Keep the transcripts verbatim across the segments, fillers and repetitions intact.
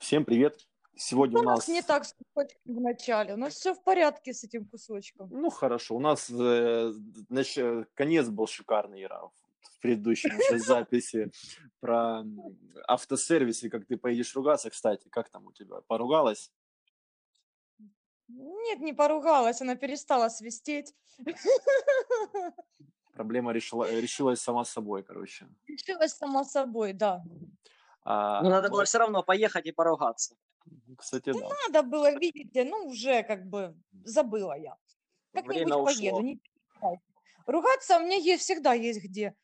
Всем привет! Сегодня у У нас не нас, так с кусочком в начале. У нас все в порядке с этим кусочком. ну хорошо, у нас э, нач- э, конец был шикарный, Ира, в предыдущей нашей записи про м, автосервисы, как ты поедешь ругаться, кстати, как там у тебя, поругалась? Нет, не поругалась, она перестала свистеть. Проблема решила, э, решилась сама собой, короче. Решилась само собой, да. А, Но надо было мы, все равно поехать и поругаться. кстати, да. Надо было, видите, ну уже как бы забыла я. Время Как-нибудь поеду, ушло. не переживайте. Ругаться мне е- всегда есть где.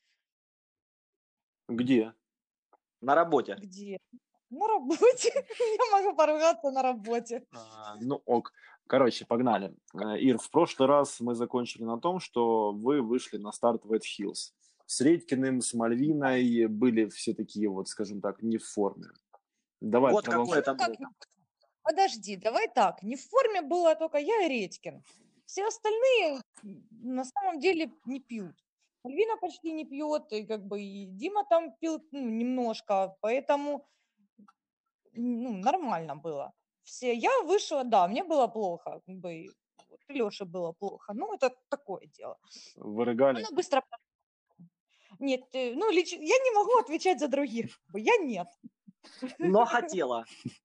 Где? На работе. Где? На работе. Я могу поругаться на работе. А, ну ок. Короче, погнали. Э, Ир, в прошлый раз мы закончили на том, что вы вышли на старт Wet Hills. С Редькиным, с Мальвиной были все такие вот, скажем так, не в форме. Давай Год какой продолжай. это Как был? Подожди, давай так. Не в форме была только я и Редькин. Все остальные м, на самом деле не пьют. Альвина почти не пьет, и как бы и Дима там пил ну, немножко, поэтому ну, нормально было. Все, я вышла, да, мне было плохо, как бы, и вот, Лёше было плохо. Ну, это такое дело. Вы рыгали? Оно быстро... Нет, э, ну, лич- я не могу отвечать за других, как бы, я нет. Но хотела.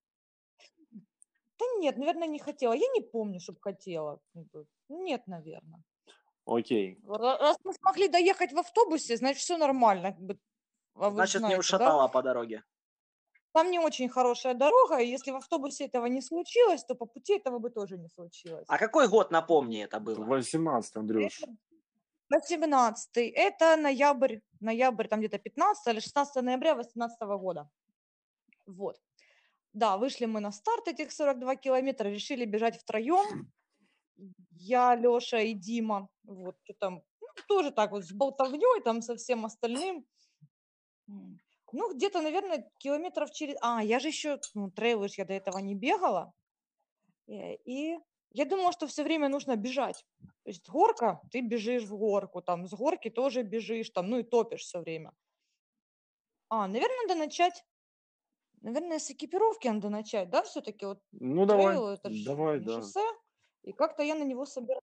Да нет, наверное, не хотела. Я не помню, чтобы хотела. как бы. Нет, наверное. Окей. Ра раз мы смогли доехать в автобусе, значит, все нормально, как бы. А вы ж Значит, не знаете, да? ушатала по дороге. Там не очень хорошая дорога, и если в автобусе этого не случилось, то по пути этого бы тоже не случилось. А какой год, напомни, это Это было? восемнадцать, Андрюш. Это восемнадцатый, это ноябрь, ноябрь, там где-то пятнадцатое или шестнадцатое ноября восемнадцатого года. Вот. Да, вышли мы на старт этих сорок два километра, решили бежать втроем. Я, Лёша и Дима. Вот, что там, ну, тоже так вот с болтовнёй, там со всем остальным. М. Ну, где-то, наверное, километров через А, я же еще, ну, трейлы ж я до этого не бегала. Э, и я думала, что все время нужно бежать. То есть горка, ты бежишь в горку, там с горки тоже бежишь, там, ну и топишь все время. А, наверное, надо начать, наверное, с экипировки надо начать, да, все таки вот Ну, давай, трейл- это ж давай, не да. шоссе, и как-то я на него собиралась.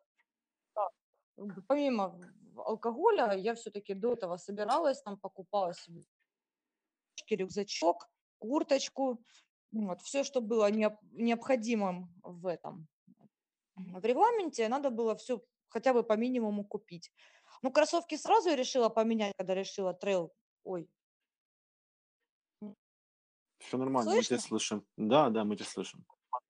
Помимо в алкоголя, я все таки до этого собиралась, там покупала себе рюкзачок, курточку, вот, все, что было необ необходимым в этом, в регламенте, надо было все хотя бы по минимуму купить. Ну, кроссовки сразу я решила поменять, когда решила трейл. Ой, м, Все нормально, мы тебя слышно? слышим. Да, да, мы тебя слышим.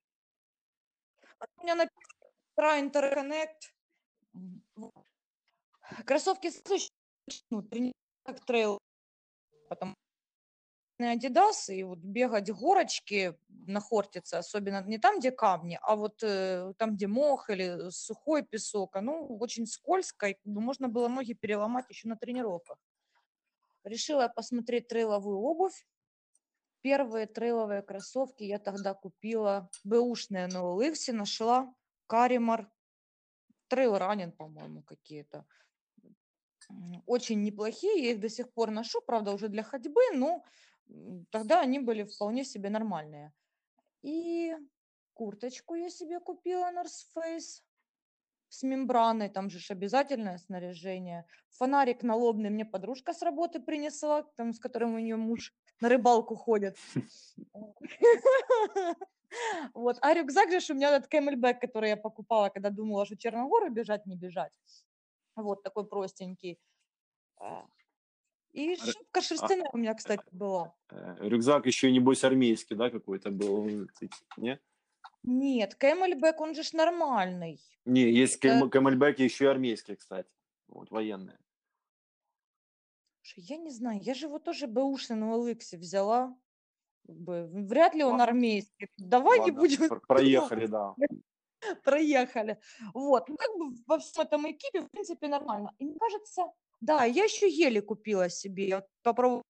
А то у меня написано Try Interconnect. М, вот. Кроссовки сразу ещё начну тренировать как трейл, потом Adidas, и вот бегать горочки на Хортице, особенно не там, где камни, а вот э, там, где мох или сухой песок, оно очень скользко, и как бы можно было ноги переломать еще на тренировках. Решила посмотреть трейловую обувь. Первые трейловые кроссовки я тогда купила бэушные на Оликсе, нашла Каримар, трейл ранен, по-моему, какие-то. М, Очень неплохие, я их до сих пор ношу, правда, уже для ходьбы, но м, тогда они были вполне себе нормальные. И курточку я себе купила North Face с мембраной, там же ж обязательное снаряжение. Фонарик налобный мне подружка с работы принесла, там, с которым у нее муж на рыбалку ходит. Вот. А рюкзак же ж у меня этот Camelback, который я покупала, когда думала, что Черногору бежать, не бежать. Вот такой простенький. А, И Р- шапка а, шерстяная у меня, кстати, была. э, Рюкзак еще, небось, армейский, да, какой-то был? Не? Нет, Camelback, он же ж нормальный. Не, есть Это, кэм- камельбеки еще и армейские, кстати. Вот, военные. слушай, я не знаю, я же его тоже бэушный на Оликсе взяла. Как бы, вряд ли он Ладно, армейский. Давай не ладно, будем пр- проехали, да. проехали. Вот, ну как бы во всем этом экипе, в принципе, нормально. И мне кажется, да, я еще еле купила себе. Я вот попробовала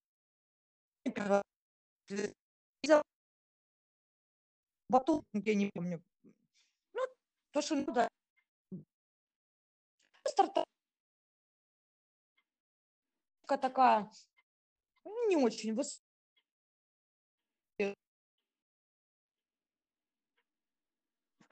взяла батут, я не помню. Ну, то, что надо. Стартовка такая, ну, не очень высокая.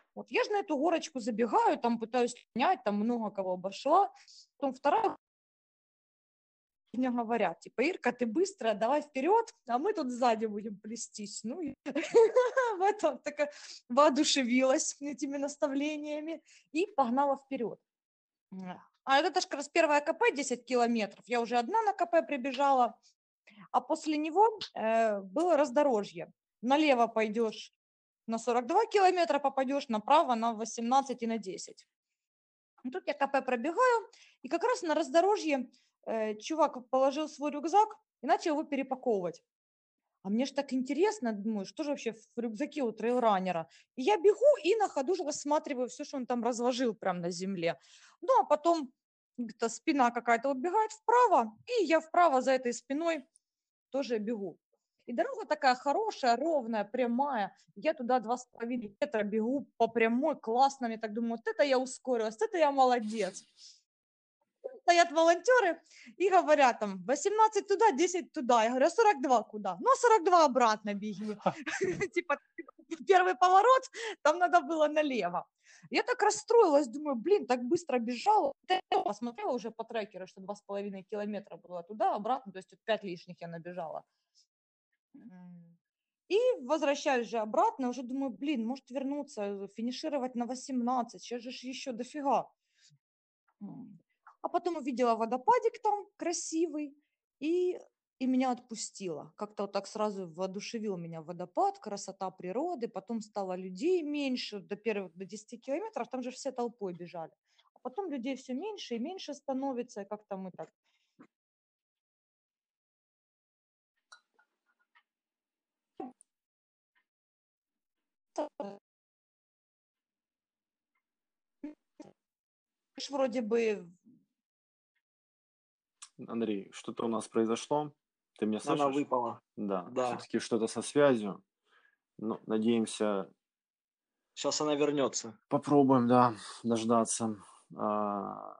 Вот я же на эту горочку забегаю, там пытаюсь понять, там много кого обошла. Потом вторая мне говорят, типа, Ирка, ты быстро, давай вперед, а мы тут сзади будем плестись. Ну, и в этом такая воодушевилась этими наставлениями и погнала вперед. А это же как раз первое КП, десять километров. Я уже одна на КП прибежала, а после него э, было раздорожье. Налево пойдешь на сорок два километра, попадешь направо на восемнадцать и на десять. И тут я КП пробегаю, и как раз на раздорожье э, чувак положил свой рюкзак и начал его перепаковывать. А мне же так интересно, думаю, что же вообще в рюкзаке у трейлранера. И я бегу и на ходу же рассматриваю все, что он там разложил прямо на земле. Ну, а потом где-то спина какая-то убегает вправо, и я вправо за этой спиной тоже бегу. И дорога такая хорошая, ровная, прямая. Я туда два с половиной метра бегу по прямой, классно. Мне так думаю, вот это я ускорилась, это я молодец. Стоят волонтеры и говорят там восемнадцать туда, десять туда. Я говорю, а сорок два куда? Ну, сорок два обратно беги. Типа первый поворот, там надо было налево. Я так расстроилась, думаю, блин, так быстро бежала. Я посмотрела уже по трекеру, что два с половиной километра было туда, обратно, то есть пять лишних я набежала. И возвращаюсь же обратно, уже думаю, блин, может вернуться, финишировать на восемнадцать, сейчас же еще дофига. А потом увидела водопадик там красивый, и, и меня отпустило. Как-то вот так сразу воодушевил меня водопад, красота природы, потом стало людей меньше, до первых, до десяти километров, там же все толпой бежали. А потом людей все меньше и меньше становится, и как-то мы так... Вроде бы... Андрей, что-то у нас произошло. Ты меня слышишь? Она выпала. Да, Да. все-таки что-то со связью. Ну, надеемся, Сейчас она вернется. попробуем, да, дождаться. А,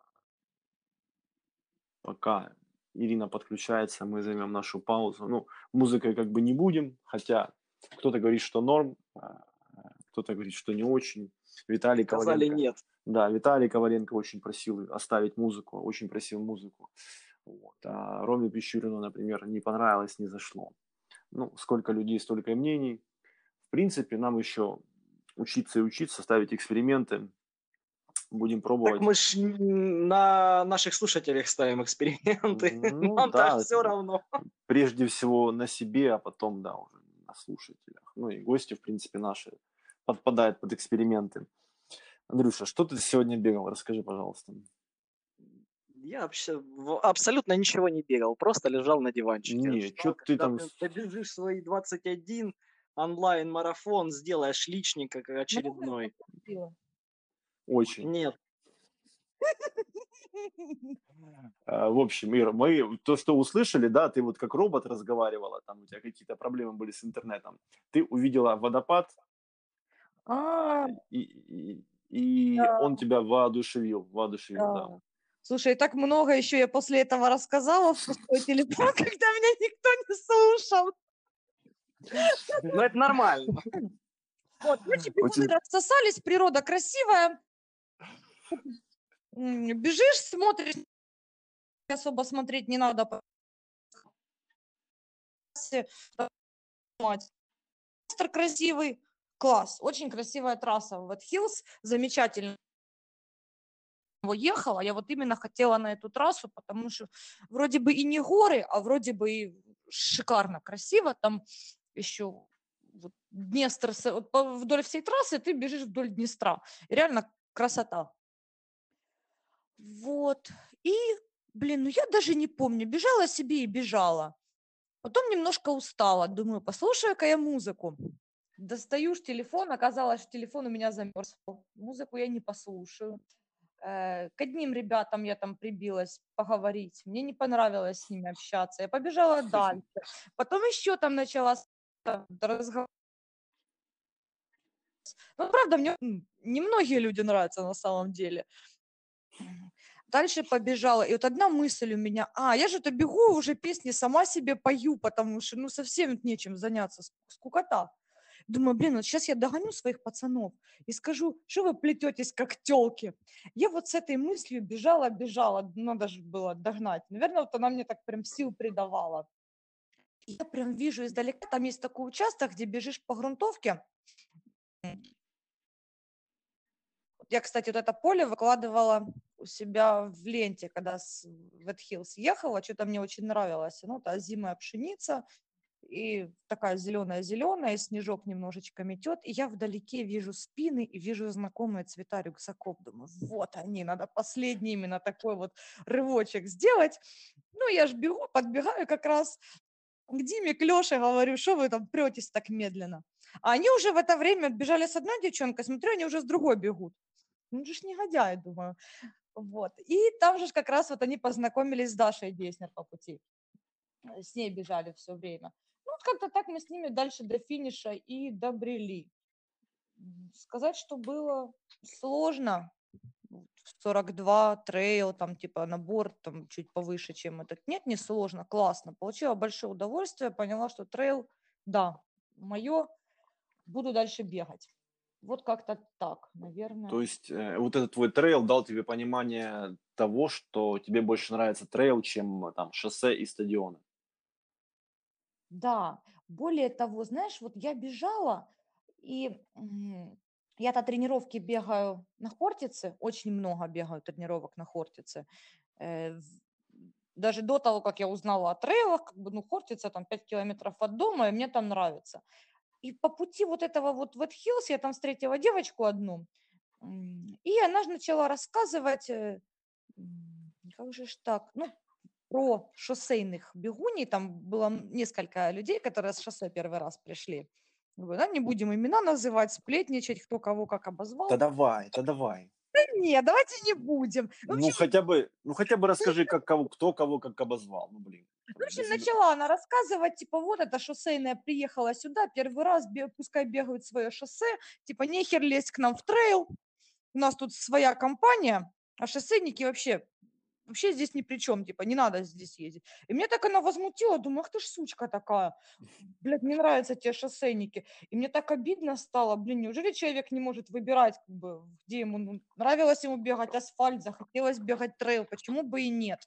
пока Ирина подключается, мы займем нашу паузу. Ну, музыкой как бы не будем, хотя кто-то говорит, что норм, а, кто-то говорит, что не очень. Виталий Сказали Коваленко. нет. Да, Виталий Коваленко очень просил оставить музыку, очень просил музыку. Вот. А Роме Пищурину, например, не понравилось, не зашло. Ну, сколько людей, столько и мнений. В принципе, нам еще учиться и учиться, ставить эксперименты. Будем пробовать. Так мы ж на наших слушателях ставим эксперименты. Ну, Нам да, так все равно. Прежде всего на себе, а потом, да, уже на слушателях. Ну и гости, в принципе, наши подпадают под эксперименты. Андрюша, что ты сегодня бегал? Расскажи, пожалуйста. Я вообще абсолютно ничего не бегал, просто лежал на диванчике. Не, что ты там... Ты добежишь свои двадцать один, онлайн-марафон, сделаешь личника как очередной. Очень. Нет. В общем, Ира, мы то, что услышали, да, ты вот как робот разговаривала, там у тебя какие-то проблемы были с интернетом. Ты увидела водопад, А, и, и, и Да. он тебя воодушевил, воодушевил, да. да. Слушай, так много еще я после этого рассказала в свой телефон, когда меня никто не слушал. Ну это нормально. Вот, короче, бегуны рассосались, природа красивая. М, Бежишь, смотришь, особо смотреть не надо. по- Мать. Монстр красивый, класс, очень красивая трасса. Вот Хиллс замечательно. Ехала, я вот именно хотела на эту трассу, потому что вроде бы и не горы, а вроде бы и шикарно, красиво. Там еще вот Днестр, с- вот по- вдоль всей трассы ты бежишь вдоль Днестра. И реально красота. Вот. И, блин, ну я даже не помню, бежала себе и бежала. Потом немножко устала, думаю, послушаю-ка я музыку. Достаю ж телефон, оказалось, что телефон у меня замерз. Музыку я не послушаю. Э, К одним ребятам я там прибилась поговорить. Мне не понравилось с ними общаться. Я побежала дальше. Потом еще там начала с- там разговаривать. Ну, правда, мне м, немногие люди нравятся на самом деле. Дальше побежала. И вот одна мысль у меня. А, я же-то бегу, уже песни сама себе пою, потому что, ну, совсем нечем заняться. ск- Скукота. Думаю, блин, вот сейчас я догоню своих пацанов и скажу, что вы плететесь как телки. Я вот с этой мыслью бежала, бежала, надо же было догнать. Наверное, вот она мне так прям сил придавала. И я прям вижу издалека, там есть такой участок, где бежишь по грунтовке. Я, кстати, вот это поле выкладывала у себя в ленте, когда с Wet Hills ехала, что-то мне очень нравилось. Ну, это озимая пшеница, и такая зеленая-зеленая, снежок немножечко метет, и я вдалеке вижу спины и вижу знакомые цвета рюкзаков. Думаю, вот они, надо последний именно такой вот рывочек сделать. Ну, я ж бегу, подбегаю как раз к Диме, к Леше, говорю, что вы там претесь так медленно? А они уже в это время бежали с одной девчонкой, смотрю, они уже с другой бегут. Ну, же ж негодяй, думаю. Вот. И там же как раз вот они познакомились с Дашей Деснер по пути. С ней бежали все время. Ну, вот как-то так мы с ними дальше до финиша и добрели. Сказать, что было сложно. сорок два, трейл, там типа набор там чуть повыше, чем этот. Нет, не сложно, классно. Получила большое удовольствие, поняла, что трейл, да, мое, буду дальше бегать. Вот как-то так, наверное. То есть э, вот этот твой трейл дал тебе понимание того, что тебе больше нравится трейл, чем там шоссе и стадионы. Да, более того, знаешь, вот я бежала, и м, я-то тренировки бегаю на Хортице, очень много бегаю тренировок на Хортице. Э, в- Даже до того, как я узнала о трейлах, как бы, ну, Хортица там пять километров от дома, и мне там нравится. И по пути вот этого вот Wet Hills я там встретила девочку одну, м, и она же начала рассказывать, э, м, как же ж так, ну, про шоссейных бегуней. Там было м- несколько людей, которые с шоссе первый раз пришли. Говорю, да, не будем имена называть, сплетничать, кто кого как Да обозвал. давай, да давай. Да нет, давайте не будем. В Ну общем, хотя бы, ну хотя бы расскажи, как кого, кто кого как обозвал. Ну блин. в общем, Без- начала она рассказывать, типа, вот эта шоссейная приехала сюда, первый раз, бе- пускай бегают свое шоссе, типа, нехер лезть к нам в трейл, у нас тут своя компания, а шоссейники вообще, вообще здесь ни при чем, типа, не надо здесь ездить. И мне так она возмутила, думаю, ах ты ж сучка такая, блядь, мне нравятся те шоссейники. И мне так обидно стало, блин, неужели человек не может выбирать, как бы, где ему, ну, нравилось ему бегать асфальт, захотелось бегать трейл, почему бы и нет.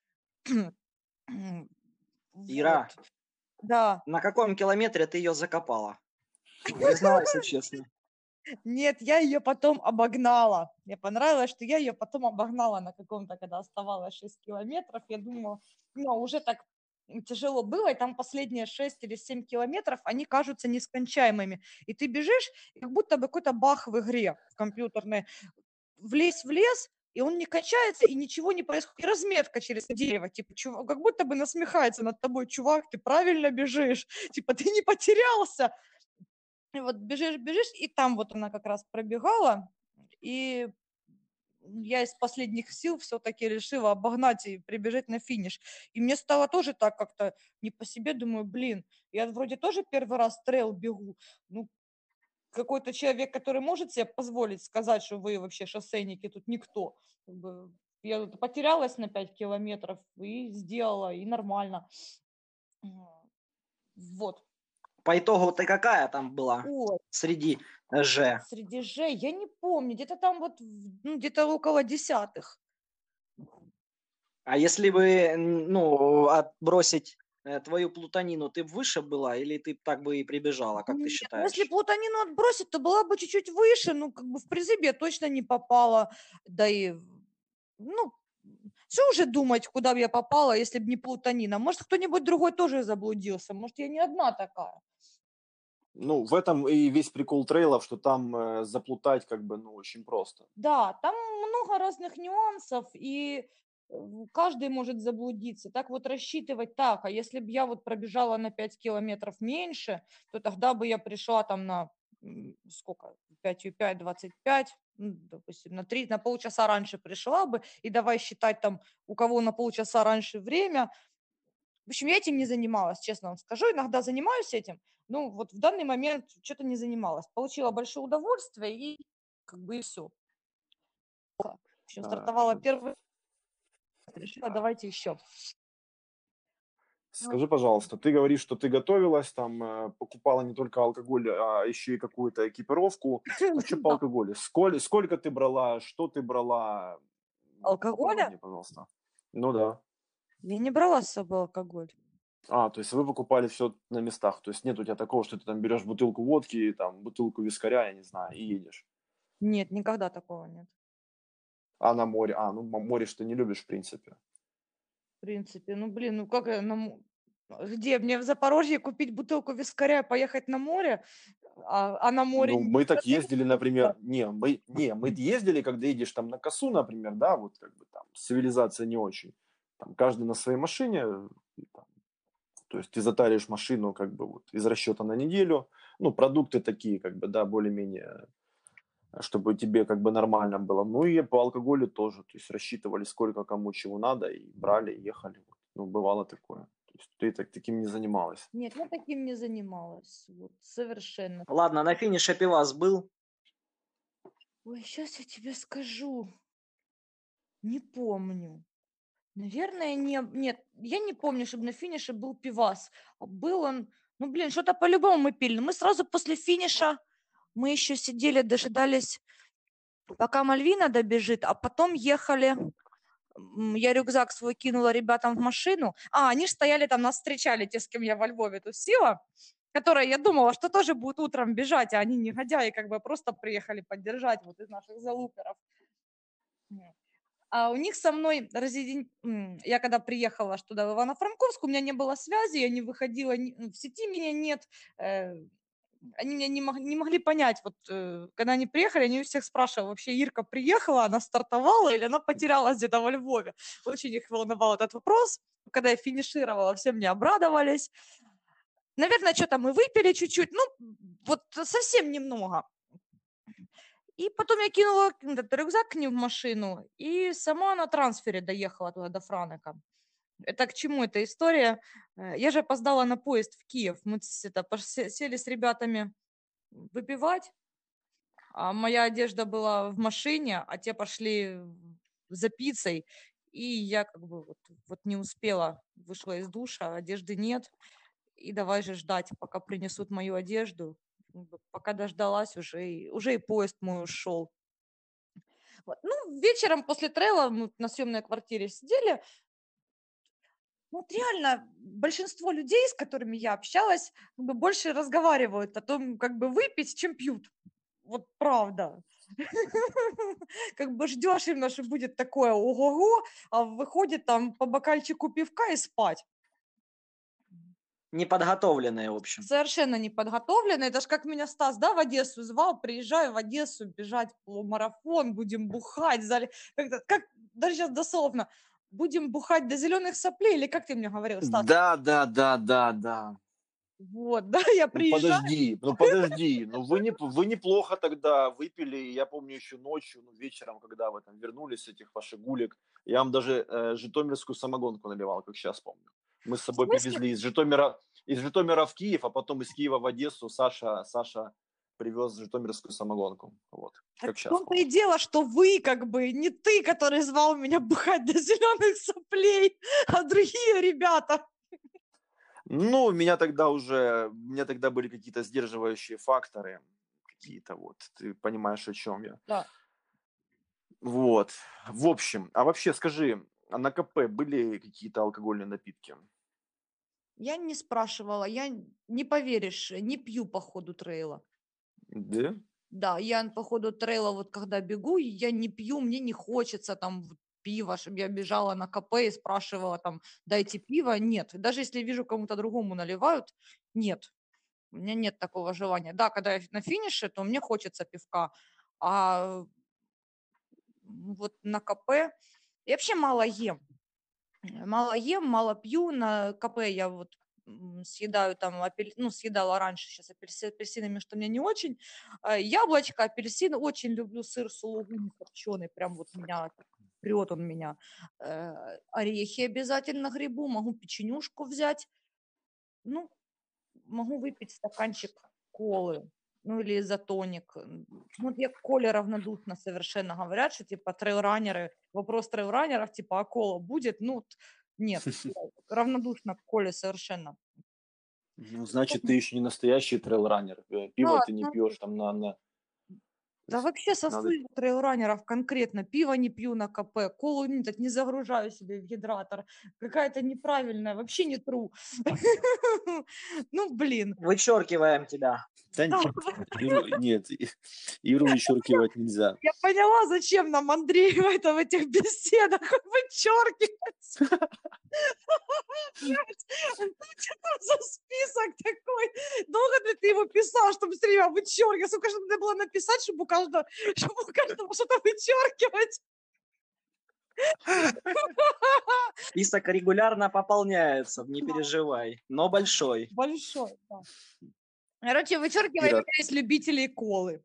Вот, Ира, да. на каком километре ты ее закопала? Признавайся честно. Нет, я ее потом обогнала. Мне понравилось, что я ее потом обогнала на каком-то, когда оставалось шесть километров. Я думала, ну, уже так тяжело было, и там последние шесть или семь километров, они кажутся нескончаемыми. И ты бежишь, и как будто бы какой-то бах в игре в компьютерной. Влезь в лес, и он не качается, и ничего не происходит. И разметка через дерево, типа, чувак, как будто бы насмехается над тобой, чувак, ты правильно бежишь, типа, ты не потерялся. И вот бежишь, бежишь, и там вот она как раз пробегала, и я из последних сил все-таки решила обогнать и прибежать на финиш. И мне стало тоже так как-то не по себе, думаю, блин, я вроде тоже первый раз трейл бегу, ну, какой-то человек, который может себе позволить сказать, что вы вообще шоссейники, тут никто. Как бы я тут потерялась на пять километров и сделала, и нормально. Вот. По итогу ты какая там была Ой, среди Ж? среди Ж, я не помню, где-то там вот, в- ну, где-то около десятых. А если бы, н- ну, отбросить э, твою плутанину, ты б выше была или ты б так бы и прибежала, как ты Нет, ну, если считаешь? плутанину отбросить, то была бы чуть-чуть выше, ну, как бы в призы бы я точно не попала, да и, ну, что уже думать, куда бы я попала, если бы не плутанина? Может, кто-нибудь другой тоже заблудился, может, я не одна такая. Ну, в этом и весь прикол трейлов, что там э, заплутать как бы, ну, очень просто. Да, там много разных нюансов, и э, каждый может заблудиться. Так вот рассчитывать так, а если бы я вот пробежала на пять километров меньше, то тогда бы я пришла там на м, сколько, пять и пять, двадцать пять, ну, допустим, на три, на полчаса раньше пришла бы, и давай считать там, у кого на полчаса раньше время. В общем, я этим не занималась, честно вам скажу. Иногда занимаюсь этим, ну вот в данный момент что-то не занималась. Получила большое удовольствие, и как бы и все. Еще А, стартовала первый, решила, давайте еще. Скажи, пожалуйста, ты говоришь, что ты готовилась, там, э, покупала не только алкоголь, а еще и какую-то экипировку. А что по Да. алкоголю? Сколь, сколько ты брала, что ты брала? Вот, Алкоголя? поподробнее, пожалуйста. Ну да. Я не брала с собой алкоголь. А, то есть вы покупали все на местах. То есть нет у тебя такого, что ты там берешь бутылку водки, там, бутылку вискаря, я не знаю, и едешь. Нет, никогда такого нет. А на море? А, ну м- море что не любишь, в принципе. В принципе, ну блин, ну как я на мо- где мне в Запорожье купить бутылку вискаря и поехать на море, а, а на море Ну, не мы так продают ездили, например, вискарь. не, мы, не, мы ездили, когда едешь там на косу, например, да, вот как бы там цивилизация не очень. Там каждый на своей машине, э, там, то есть ты затаришь машину как бы вот из расчета на неделю, ну, продукты такие, как бы, да, более-менее, чтобы тебе как бы нормально было. Ну и по алкоголю тоже, то есть рассчитывали, сколько кому чего надо, и брали, и ехали. Вот. Ну, бывало такое. То есть ты так, таким не занималась. Нет, я таким не занималась. Вот, совершенно. Ладно, на финише пивас был. Ой, сейчас я тебе скажу. Не помню. Наверное, не, нет, я не помню, чтобы на финише был пивас. А был он, ну, блин, что-то по-любому мы пили. Но мы сразу после финиша, мы еще сидели, дожидались, пока Мальвина добежит, а потом ехали. М, Я рюкзак свой кинула ребятам в машину. А, они же стояли там, нас встречали, те, с кем я во Львове тусила, которые я думала, что тоже будут утром бежать, а они негодяи, как бы просто приехали поддержать вот из наших залуперов. М. А у них со мной разъедин... м, я когда приехала аж туда, в Ивано-Франковск, у меня не было связи, я не выходила, ни- в сети меня нет. э, Они меня не, мог- не могли понять, вот э, когда они приехали, они у всех спрашивали, вообще Ирка приехала, она стартовала или она потерялась где-то во Львове. Очень их волновал этот вопрос. Когда я финишировала, все мне обрадовались. Наверное, что-то мы выпили чуть-чуть, ну, вот совсем немного. И потом я кинула этот рюкзак к ним в машину и сама на трансфере доехала туда, до Франека. Это к чему эта история? Э, Я же опоздала на поезд в Киев. Мы с- это, пош- се- сели с ребятами выпивать, а моя одежда была в машине, а те пошли за пиццей. И я как бы вот, вот не успела, вышла из душа, одежды нет. И давай же ждать, пока принесут мою одежду. Как бы Пока дождалась, уже и, уже и поезд мой ушел. Вот. Ну, вечером после трейла мы на съемной квартире сидели. Ну, вот реально большинство людей, с которыми я общалась, как бы больше разговаривают о том, как бы выпить, чем пьют. Вот правда. Как бы ждешь именно, что будет такое ого-го, а выходит там по бокальчику пивка и спать. Неподготовленные, в общем. Совершенно неподготовленный. Это ж как меня Стас, да, в Одессу звал, приезжаю в Одессу, бежать полумарафон, будем бухать, в зале. Как-то, как, даже сейчас дословно, будем бухать до зеленых соплей, или как ты мне говорил, Стас? Да, да, да, да, да. Вот, да, я Ну приезжаю. подожди, ну подожди, ну вы, не, вы неплохо тогда выпили, я помню еще ночью, ну вечером, когда вы там вернулись с этих ваших гулек, я вам даже э, житомирскую самогонку наливал, как сейчас помню. Мы с В собой смысле? привезли из Житомира, из Житомира в Киев, а потом из Киева в Одессу Саша, Саша привез житомирскую самогонку, вот, Так как в сейчас том-то и помню. дело, что вы как бы, не ты, который звал меня бухать до зеленых соплей, а другие ребята. Ну, у меня тогда уже, у меня тогда были какие-то сдерживающие факторы, какие-то вот, ты понимаешь, о чем я. Да. Вот. В общем, а вообще скажи, а на КП были какие-то алкогольные напитки? Я не спрашивала, я, не поверишь, не пью по ходу трейла. Да? Да, я по ходу трейла, вот когда бегу, я не пью, мне не хочется там вот пива, чтобы я бежала на КП и спрашивала там, дайте пиво. Нет, даже если вижу кому-то другому наливают, нет, у меня нет такого желания. Да, когда я на финише, то мне хочется пивка, а м, вот на КП я вообще мало ем. Э, Мало ем, мало пью. На КП я вот м, съедаю там, апель... ну, съедала раньше, сейчас апельси... апельсинами, что мне не очень. А, Яблочко, апельсин, очень люблю сыр сулугуни копченый, прям вот меня прет он меня. Э, Орехи обязательно грибу, могу печенюшку взять, ну, могу выпить стаканчик колы, ну, или изотоник. М, Вот я к коле равнодушна совершенно. Говорят, что, типа, трейлранеры, вопрос трейлранеров, типа, а кола будет? Ну, Нет, я равнодушна к коле совершенно. Ну, значит, ты еще не настоящий трейлранер. Э, Пиво Да, ты не да, пьешь там на... на... то да есть вообще сосу надо... из трейлранеров конкретно. Пиво не пью на КП, колу не, так не загружаю себе в гидратор. Какая-то неправильная, вообще не тру. Ну, блин. Вычеркиваем тебя. Да, Да, Иру, нет, и- Иру вычеркивать нельзя. я поняла, зачем нам Андрей в, это, в этих беседах вычеркивать. Блядь, что там за список такой? Долго ли ты его писал, чтобы все время вычеркивать? Сколько же надо было написать, чтобы у каждого, чтобы у каждого что-то вычеркивать? Список регулярно пополняется, не переживай, но большой. Большой, да. Короче, вычеркивай Ира, меня из любителей колы.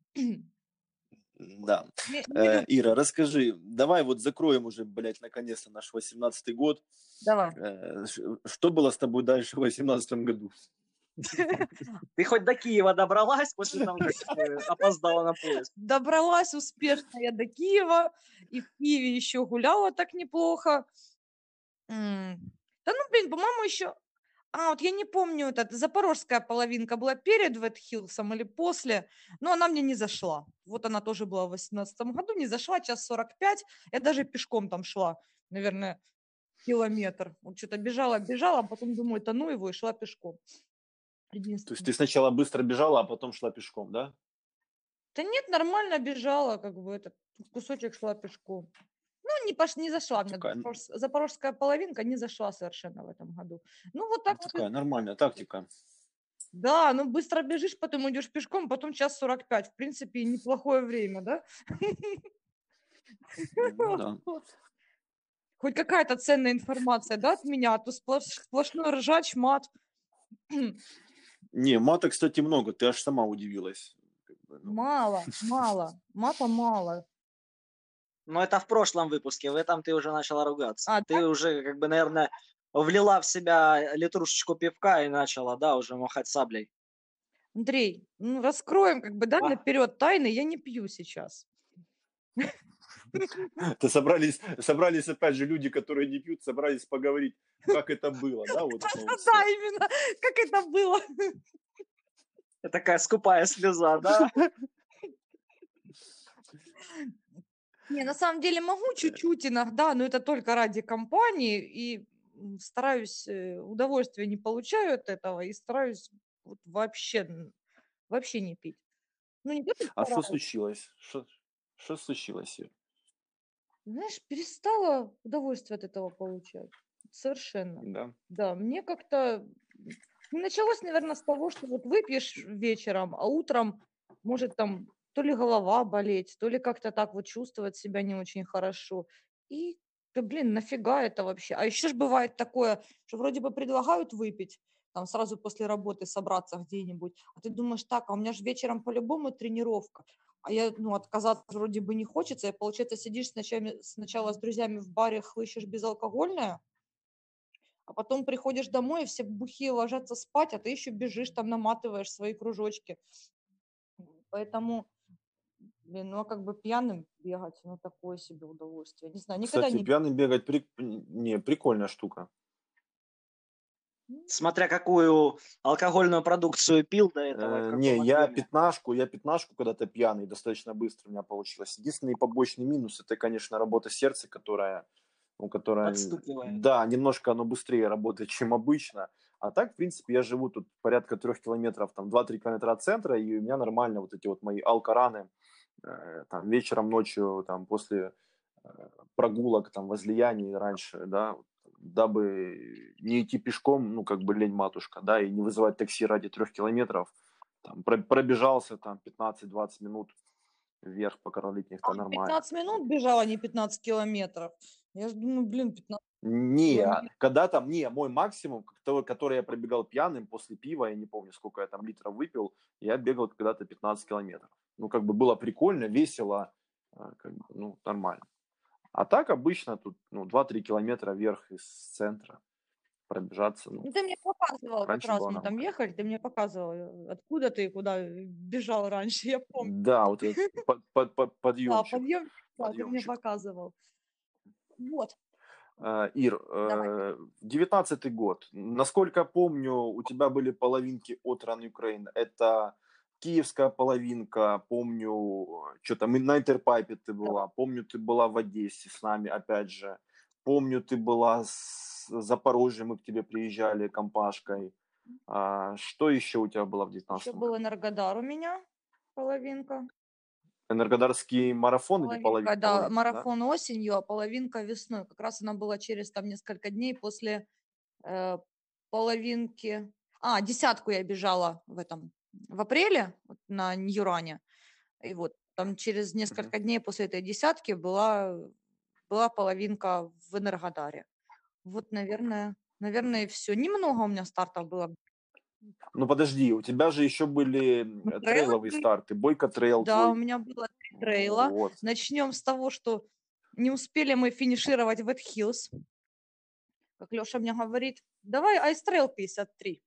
да. Не, не Э, люблю. Ира, расскажи, давай вот закроем уже, блядь, наконец-то наш восемнадцатый год. Давай. Э, ш- Что было с тобой дальше в восемнадцатом году? Ты хоть до Киева добралась после того, как э, опоздала на поезд? Добралась успешно я до Киева, и в Киеве еще гуляла так неплохо. М. Да ну, блин, по-моему, еще... А, вот я не помню, этот, запорожская половинка была перед Ветхилсом или после, но она мне не зашла. Вот она тоже была в восемнадцатом году, не зашла, час сорок пять, я даже пешком там шла, наверное, километр. Вот что-то бежала, бежала, а потом думаю, да ну его, и шла пешком. То есть Единственное. ты сначала быстро бежала, а потом шла пешком, да? Да нет, нормально бежала, как бы этот кусочек шла пешком. Ну, не, пош... не зашла мне Такая, запорож- запорожская половинка, не зашла совершенно в этом году. Ну, вот так вот. и- такая нормальная тактика. Да, ну быстро бежишь, потом идешь пешком, потом час сорок пять. В принципе, неплохое время, да? Ну да. Хоть какая-то ценная информация, да, от меня, а то сплош- сплошной ржач, мат. Не, мата, кстати, много, ты аж сама удивилась. Как бы, ну, Мало, мало, мата мало. Но это в прошлом выпуске, в этом ты уже начала ругаться. А, Ты уже, как бы, наверное, влила в себя литрушечку пивка и начала, да, уже махать саблей. Андрей, ну раскроем, как бы, да, А? наперед тайны, я не пью сейчас. Это собрались, собрались опять же люди, которые не пьют, собрались поговорить, как это было, да, вот это вот Да, все. именно, как это было. Это такая скупая слеза, да? Не, на самом деле могу чуть-чуть иногда, но это только ради компании, и м, стараюсь, э, удовольствия не получаю от этого, и стараюсь вот вообще, н- вообще не пить. Ну, не то, что А что стараюсь. случилось? Что, что случилось, Ир? Знаешь, перестала удовольствие от этого получать. Совершенно. Да. Да, мне как-то... Ну, началось, наверное, с того, что вот выпьешь вечером, а утром может там то ли голова болеть, то ли как-то так вот чувствовать себя не очень хорошо. И, да блин, нафига это вообще? А еще ж бывает такое, что вроде бы предлагают выпить, там сразу после работы собраться где-нибудь, а ты думаешь, так, а у меня же вечером по-любому тренировка, а я, ну, отказаться вроде бы не хочется, и, получается, сидишь сначала, сначала с друзьями в баре, хлыщешь безалкогольное, а потом приходишь домой, и все бухие ложатся спать, а ты еще бежишь, там наматываешь свои кружочки. Поэтому, блин, ну а как бы пьяным бегать, ну такое себе удовольствие. Не знаю, никогда Кстати, не... пьяный бегать, при... не, прикольная штука. Смотря какую алкогольную продукцию пил до этого и в Э, каком не, я объеме. пятнашку, я пятнашку когда-то пьяный, достаточно быстро у меня получилось. Единственный побочный минус, это, конечно, работа сердца, которая, ну, которая, Подстукивает. да, немножко оно быстрее работает, чем обычно. А так, в принципе, я живу тут порядка трех километров, там, два-три километра от центра, и у меня нормально вот эти вот мои алкораны, э, там, вечером, ночью, там, после э, прогулок, там, возлияний раньше, да, дабы не идти пешком, ну, как бы лень матушка, да, и не вызывать такси ради трех километров, там, про- пробежался там пятнадцать-двадцать минут вверх по Королитних-то нормально. пятнадцать минут бежала, не пятнадцать километров. Я же думаю, блин, пятнадцать Не, километров. когда там, не, мой максимум, который, который я пробегал пьяным после пива, я не помню, сколько я там литров выпил, я бегал когда-то пятнадцать километров. Ну, как бы было прикольно, весело, а, как бы, ну, нормально. А так обычно тут, ну, два-три километра вверх из центра пробежаться, ну, Ну, ты мне показывал, как раньше раз было мы там нормально. ехали, ты мне показывал, э, откуда ты и куда бежал раньше, я помню. Да, вот этот под, под, под, Да, подъемчик, подъем, да, ты мне подъемчик. показывал. Вот. Э, Ир, Давай. э, девятнадцатый год. Насколько помню, у тебя были половинки от Run Ukraine. Это киевская половинка, помню, что там, и на Интерпайпе ты Да. была, помню, ты была в Одессе с нами, опять же. Помню, ты была с Запорожья, мы к тебе приезжали компашкой. А, что еще у тебя было в Еще девятнадцатом был году? Энергодар у меня, половинка. Энергодарский марафон или Половинка, половинка? да, Половинка, да? марафон осенью, а половинка весной. Как раз она была через там несколько дней после э, половинки. А, десятку я бежала в этом, в апреле вот, на Ньюране. И вот там через Мгм. несколько дней после этой десятки была, была половинка в Энергодаре. Вот, наверное, наверное, и все. Немного у меня стартов было. Ну подожди, у тебя же еще были м, Ну, э, трейлы трейловые были. старты, Бойко трейл Да, у твой. меня было три трейла. Вот. Начнем с того, что не успели мы финишировать в Эд Хиллз. Как Леша мне говорит, давай Ice Trail пятьдесят три.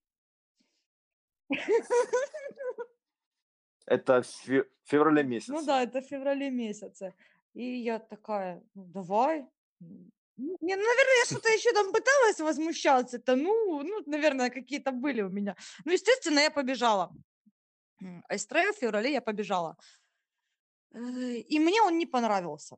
Это в фе- феврале Ну месяце. да, это в феврале месяце. И я такая, ну давай. М, ну, Не, ну, наверное, я что-то еще там пыталась возмущаться-то. Ну, ну, наверное, какие-то были у меня. Ну, естественно, я побежала. М, Ice Trail в феврале я побежала. Э, И мне он не понравился.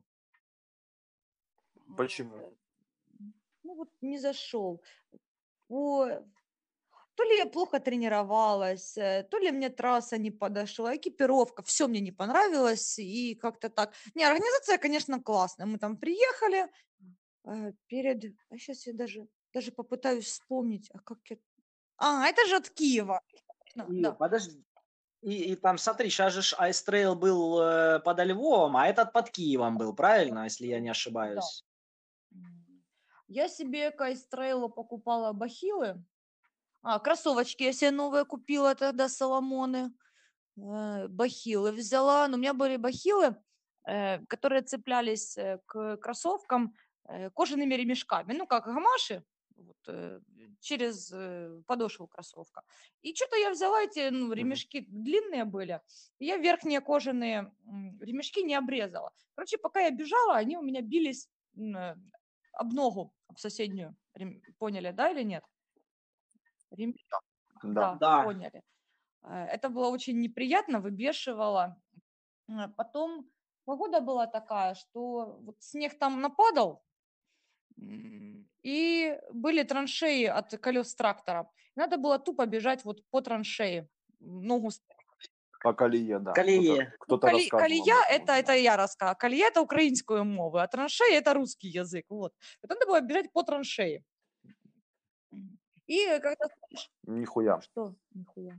Почему? Э, Ну, вот не зашел. По То ли я плохо тренировалась, э, то ли мне трасса не подошла, экипировка, все мне не понравилось, и как-то так. Не, организация, конечно, классная. Мы там приехали, э, перед а сейчас я даже даже попытаюсь вспомнить, а как я А, это же от Киева. Точно, И да. подожди. И, и там, смотри, сейчас же ж Ice Trail был э, подо Львовом, а этот под Киевом был, правильно, если я не Да. ошибаюсь? М. Я себе к Айстрейлу покупала бахилы. А, кроссовочки я себе новые купила тогда, Соломоны. Э, бахилы взяла, но у меня были бахилы, э, которые цеплялись э, к кроссовкам э, кожаными ремешками, ну как гамаши, вот, э, через э, подошву кроссовка. И что-то я взяла эти ну, Мгм. ремешки длинные были, и я верхние кожаные м, ремешки не обрезала. Короче, пока я бежала, они у меня бились м, э, об ногу, об соседнюю. Рем- Поняли, да или нет? Ремешок, Да. да, Да. поняли. Э, Это было очень неприятно, выбешивало. Э, Потом погода была такая, что вот снег там нападал, м, и были траншеи от колес трактора. Надо было тупо бежать вот по траншеи. Ногу с- По колее, да. Кто-то Колее. Ну, кто-то коли- рассказывал об колея этом это, уже, это да. я рассказала. Колея это украинскую мову, а траншеи это русский язык. Вот. Вот надо было бежать по траншеи. М. И когда... Нихуя. Что? Нихуя.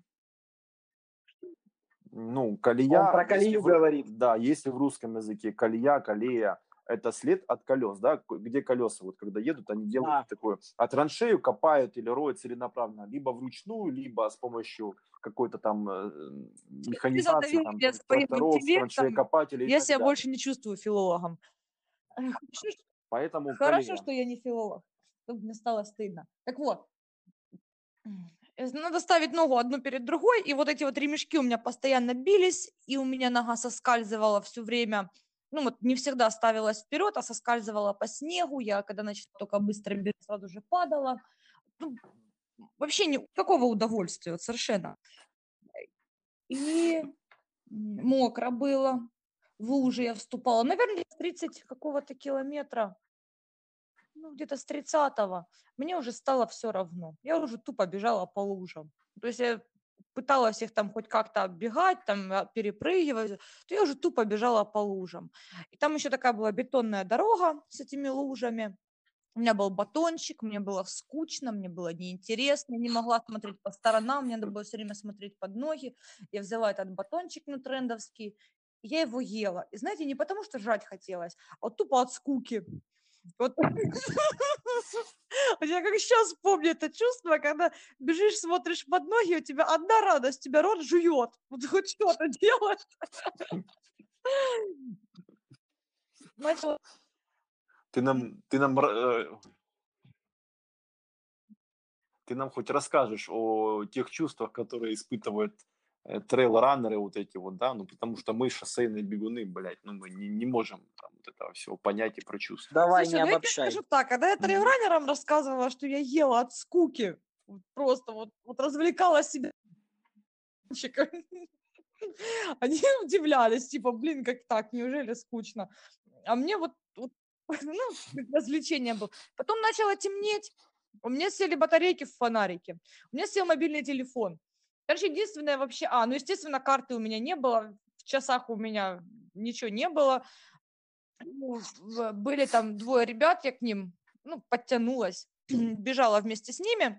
Ну, Он колея, про если колею в, говорит. да, если в русском языке колея, колея, это след от колес, да, ко- где колеса, вот когда едут, они делают Да. такое, а траншею копают или роют целенаправленно, либо вручную, либо с помощью какой-то там э, Ты механизации, задавил там, меня тр- своим тракторов, интеллектом. траншеекопателей и Я так себя далее. больше не чувствую филологом. Хорошо, что Поэтому хорошо, колея. что я не филолог, чтобы мне стало стыдно. Так вот, э, надо ставить ногу одну перед другой, и вот эти вот ремешки у меня постоянно бились, и у меня нога соскальзывала все время. Ну вот не всегда ставилась вперед, а соскальзывала по снегу. Я когда начала только быстро бежать, сразу же падала. Ну, вообще никакого удовольствия, вот совершенно. И м, мокро было, в лужи я вступала. Наверное, с тридцать какого-то километра, ну, где-то с тридцатого мне уже стало все равно. Я уже тупо бежала по лужам. То есть я пыталась их там хоть как-то оббегать, там а, перепрыгивать, то я уже тупо бежала по лужам. И там еще такая была бетонная дорога с этими лужами. У меня был батончик, мне было скучно, мне было неинтересно, я не могла смотреть по сторонам, мне надо было все время смотреть под ноги. Я взяла этот батончик нутрендовский, и я его ела. И знаете, не потому что жрать хотелось, а вот тупо от скуки. Вот. Вот я как сейчас помню это чувство, когда бежишь, смотришь под ноги, у тебя одна радость, тебя рот жует. Вот хоть что-то делать. Начала Ты нам, ты нам, ра- э, ты нам хоть расскажешь о тех чувствах, которые испытывает э, трейл-раннеры вот эти вот, да, ну, потому что мы шоссейные бегуны, блядь, ну, мы не, не можем там вот этого всего понять и прочувствовать. Давай, Слушай, не ну я тебе обобщай. скажу так, когда я Мгм. трейлранерам рассказывала, что я ела от скуки, вот просто вот, вот развлекала себя, они удивлялись, типа, блин, как так, неужели скучно? А мне вот, вот ну, как развлечение было. Потом начало темнеть, у меня сели батарейки в фонарике, у меня сел мобильный телефон. Короче, единственное вообще... А, ну, естественно, карты у меня не было, в часах у меня ничего не было. Ну, в- были там двое ребят, я к ним, ну, подтянулась, бежала вместе с ними,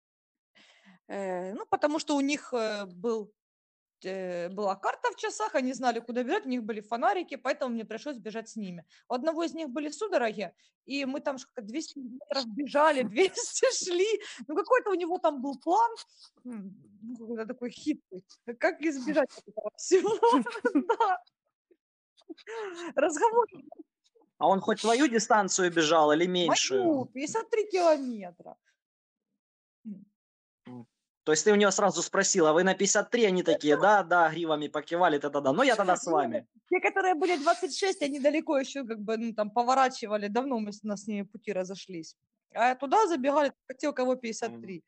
э, ну, потому что у них э, был, э, была карта в часах, они знали, куда бежать, у них были фонарики, поэтому мне пришлось бежать с ними. У одного из них были судороги, и мы там сколько, двести метров бежали, двести шли, ну, какой-то у него там был план, м, ну, какой-то такой хитрый, как избежать этого всего, да. Разговор А он хоть твою дистанцию бежал или меньшую? мою, пятьдесят три километра. М. То есть ты у него сразу спросил, а вы на пятьдесят три? Они такие, да, да, гривами покивали, тогда да. Ну я тогда с Не, ну, вами. те, которые были двадцать шесть, они далеко еще как бы, ну, там поворачивали, давно мы с, у нас с ними пути разошлись. А туда забегали только те, у кого пятьдесят М. три.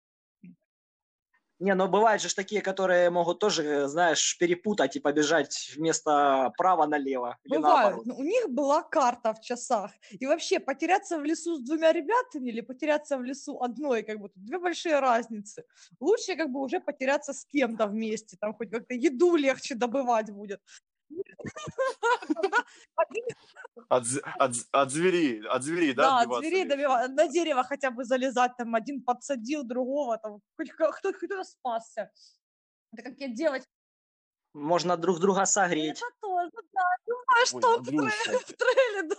Не, ну бывают же ж такие, которые могут тоже, знаешь, перепутать и побежать вместо право налево или Бывают. наоборот. Но у них была карта в часах. И вообще потеряться в лесу с двумя ребятами или потеряться в лесу одной, как бы тут две большие разницы. Лучше как бы уже потеряться с кем-то вместе, там хоть как-то еду легче добывать будет. Тогда один От, з- от, з- от зверей, от зверей, да, Да, от отбиваться зверей легче? добива- на дерево хотя бы залезать, там один подсадил другого, там хоть ко- кто, кто спасся. Это как я девочка. Можно друг друга согреть. Это тоже, да, думаю, Ой, что в, Андрюша. тре- в трейле,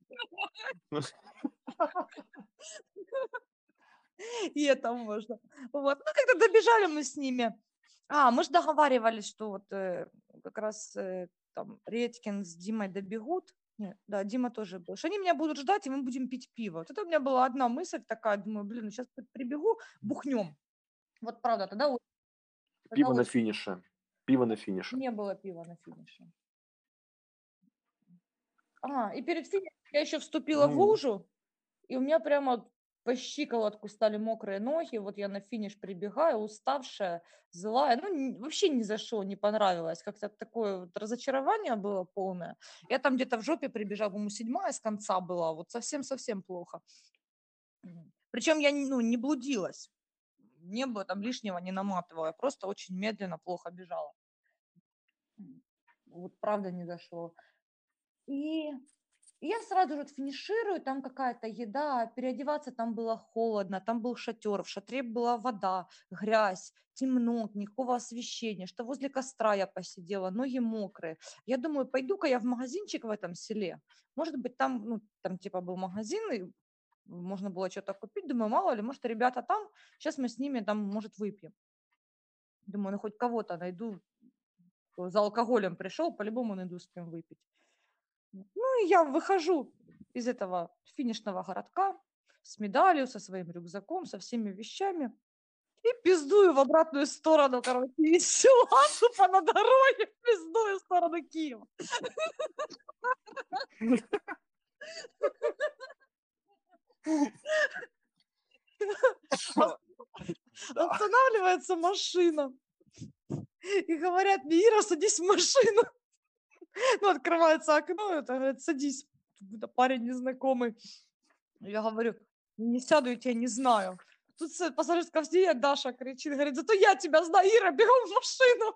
да, и это можно. Вот, ну как-то добежали мы с ними. А, мы же договаривались, что вот э, как раз э, там Редькин с Димой добегут. Нет, да, Дима тоже был. Что они меня будут ждать, и мы будем пить пиво. Вот это у меня была одна мысль такая, думаю, блин, ну сейчас прибегу, бухнем. Вот правда, тогда, о- тогда Пиво на очень финише. Пиво на финише. не было пива на финише. А, и перед финишем я еще вступила в Ну, лужу, и у меня прямо по щиколотку стали мокрые ноги. Вот я на финиш прибегаю, уставшая, злая. Ну, н- вообще ни за что не понравилось. Как-то такое вот разочарование было полное. Я там где-то в жопе прибежала, по-моему, седьмая с конца была. Вот совсем-совсем плохо. Причем я не- ну, не блудилась. Не было там лишнего, не наматывала. Я просто очень медленно, плохо бежала. М. Вот правда не зашло. И и я сразу же вот финиширую, там какая-то еда, переодеваться там было холодно, там был шатер, в шатре была вода, грязь, темно, никакого освещения, что возле костра я посидела, ноги мокрые. Я думаю, пойду-ка я в магазинчик в этом селе. Может быть, там, ну, там типа был магазин, и можно было что-то купить. Думаю, мало ли, может, ребята там, сейчас мы с ними там, может, выпьем. Думаю, ну хоть кого-то найду, кто за алкоголем пришел, по-любому найду с кем выпить. Ну, и я выхожу из этого финишного городка с медалью, со своим рюкзаком, со всеми вещами и пиздую в обратную сторону, короче, из села, тупо на дороге, пиздую в сторону Киева. Ос- да. Останавливается машина. И говорят мне, Ира, садись в машину. Ну, открывается окно, это говорит, садись. Это парень незнакомый. Я говорю, не сяду, я тебя не знаю. Тут с пассажирского сиденья Даша кричит, говорит, зато я тебя знаю, Ира, бегом в машину.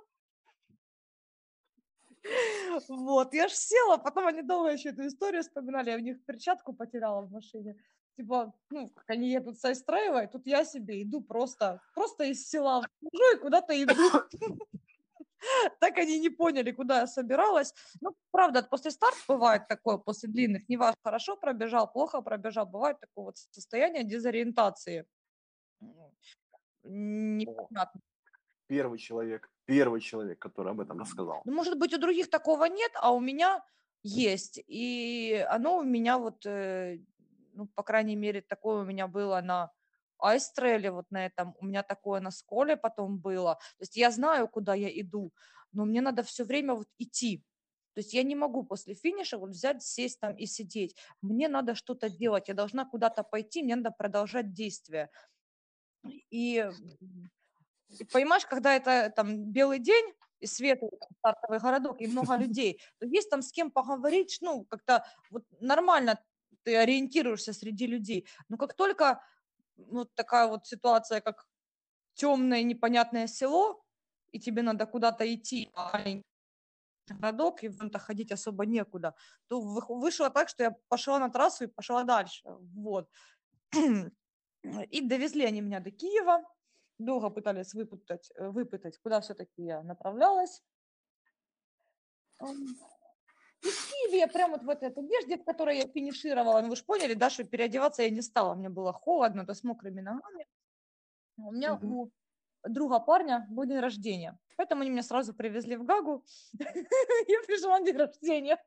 Вот, я ж села, потом они долго еще эту историю вспоминали, я у них перчатку потеряла в машине. Типа, ну, как они едут с Айстраева, тут я себе иду просто, просто из села вхожу и куда-то иду. Так они не поняли, куда я собиралась. Ну, правда, после старта бывает такое, после длинных, не важно, хорошо пробежал, плохо пробежал, бывает такое вот состояние дезориентации. М, О, Непонятно. первый человек, первый человек, который об этом рассказал. Ну, может быть, у других такого нет, а у меня есть. И оно у меня вот, э, ну, по крайней мере, такое у меня было на айс-трейле вот на этом, у меня такое на сколе потом было. То есть я знаю, куда я иду, но мне надо все время вот идти. То есть я не могу после финиша вот взять, сесть там и сидеть. Мне надо что-то делать, я должна куда-то пойти, мне надо продолжать действие. И, м, и понимаешь, когда это там белый день, и светлый там стартовый городок, и много людей, то есть там с кем поговорить, ш- ну, как-то вот нормально ты ориентируешься среди людей. Но как только вот такая вот ситуация, как темное непонятное село, и тебе надо куда-то идти, а маленький городок, и в то ходить особо некуда, то вых- вышло так, что я пошла на трассу и пошла дальше. Вот. И довезли они меня до Киева. Долго пытались выпытать, э, выпытать, куда все-таки я направлялась. Ам, И в Киеве я прям вот в этой одежде, в которой я финишировала, ну вы же поняли, да, что переодеваться я не стала. Мне было холодно, то с мокрыми ногами. У меня Мгм. у друга парня был день рождения. Поэтому они меня сразу привезли в Гагу. Я пришла на день рождения.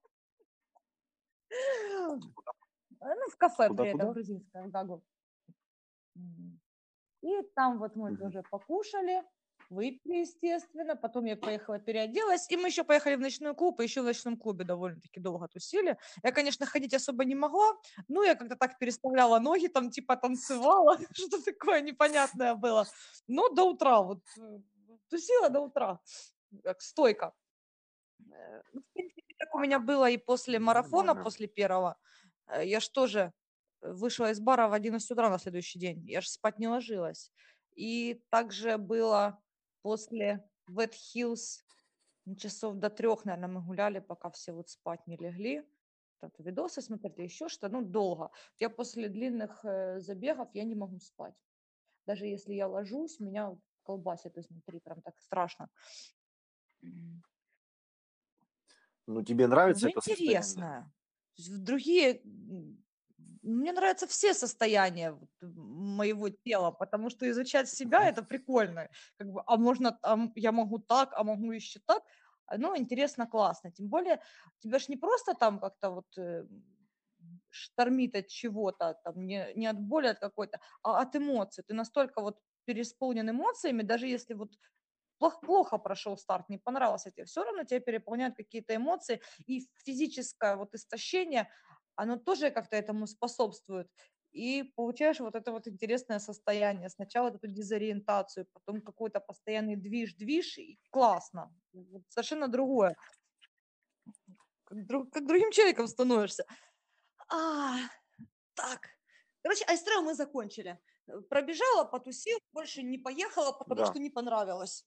Ну, в кафе при этом Куда-куда? грузинское, в Гагу. М. И там вот мы Мгм. тоже покушали, выпили, естественно. Потом я поехала, переоделась. И мы еще поехали в ночной клуб, и еще в ночном клубе довольно-таки долго тусили. Я, конечно, ходить особо не могла, но я как-то так переставляла ноги, там типа танцевала, что такое непонятное было. Но до утра, вот э, тусила до утра, как стойко. Э, ну, в принципе, так у меня было и после марафона, Нормально. после первого. Э, Я ж тоже э, вышла из бара в одиннадцать утра на следующий день. Я же спать не ложилась. И также было после Wet Hills ну, часов до трех, наверное, мы гуляли, пока все вот спать не легли. Там то видосы смотрели, еще что, ну, долго. Я после длинных э, забегов, я не могу спать. Даже если я ложусь, меня вот колбасит изнутри, прям так страшно. М. Ну, тебе нравится Ну, это состояние? интересно. То есть в другие м, мне нравятся все состояния вот, м, моего тела, потому что изучать себя это прикольно. Как бы, а можно, там, я могу так, а могу еще так. А, Ну, интересно, классно. Тем более, тебя ж не просто там как-то вот э, штормит от чего-то, там, не, не от боли от какой-то, а от эмоций. Ты настолько вот переисполнен эмоциями, даже если вот плох- плохо прошел старт, не понравился тебе, все равно тебя переполняют какие-то эмоции, и физическое вот истощение, оно тоже как-то этому способствует. И получаешь вот это вот интересное состояние. Сначала вот эту дезориентацию, потом какой-то постоянный движ-движ, и классно. Вот совершенно другое. Как, друг- как другим человеком становишься. А, так. Короче, айстрел мы закончили. Э, Пробежала, потусила, больше не поехала, потому Да. что не понравилось.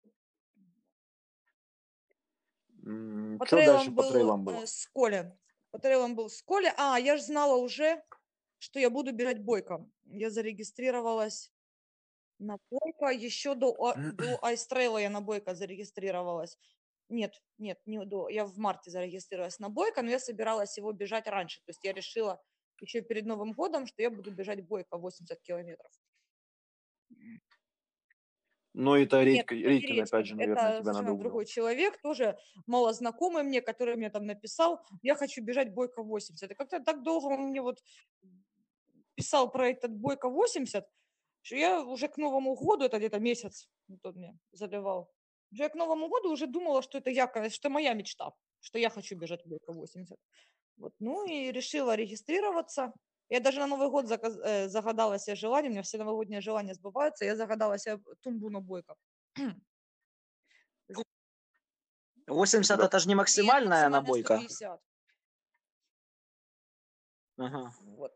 По Что дальше трейлам по был трейлам было? э, Сколе. По трейлам был Сколе. А, я же знала уже, что я буду бежать бойко. Я зарегистрировалась на бойко. Еще до, а- до айстрейла я на бойко зарегистрировалась. Нет, нет, не до. Я в марте зарегистрировалась на бойко, но я собиралась его бежать раньше. То есть я решила еще перед Новым годом, что я буду бежать бойко восемьдесят километров. Ну, это Нет, Редька, это не Редькин, опять Редькин. же, наверное, Это тебя совершенно другой надоумил. человек, тоже малознакомый мне, который мне там написал, я хочу бежать Бойко восемьдесят. И как-то так долго он мне вот писал про этот Бойко восемьдесят, что я уже к Новому году, это где-то месяц, вот он мне заливал, уже я к Новому году уже думала, что это я, что это моя мечта, что я хочу бежать Бойко восемьдесят. Вот, ну и решила регистрироваться. Я даже на Новый год заказ- э, загадала себе желание, у меня все новогодние желания сбываются, я загадала себе тумбу на Бойко. восемьдесят Да. это же не Нет, максимальная максимально набойка. сто пятьдесят. Ага. Вот.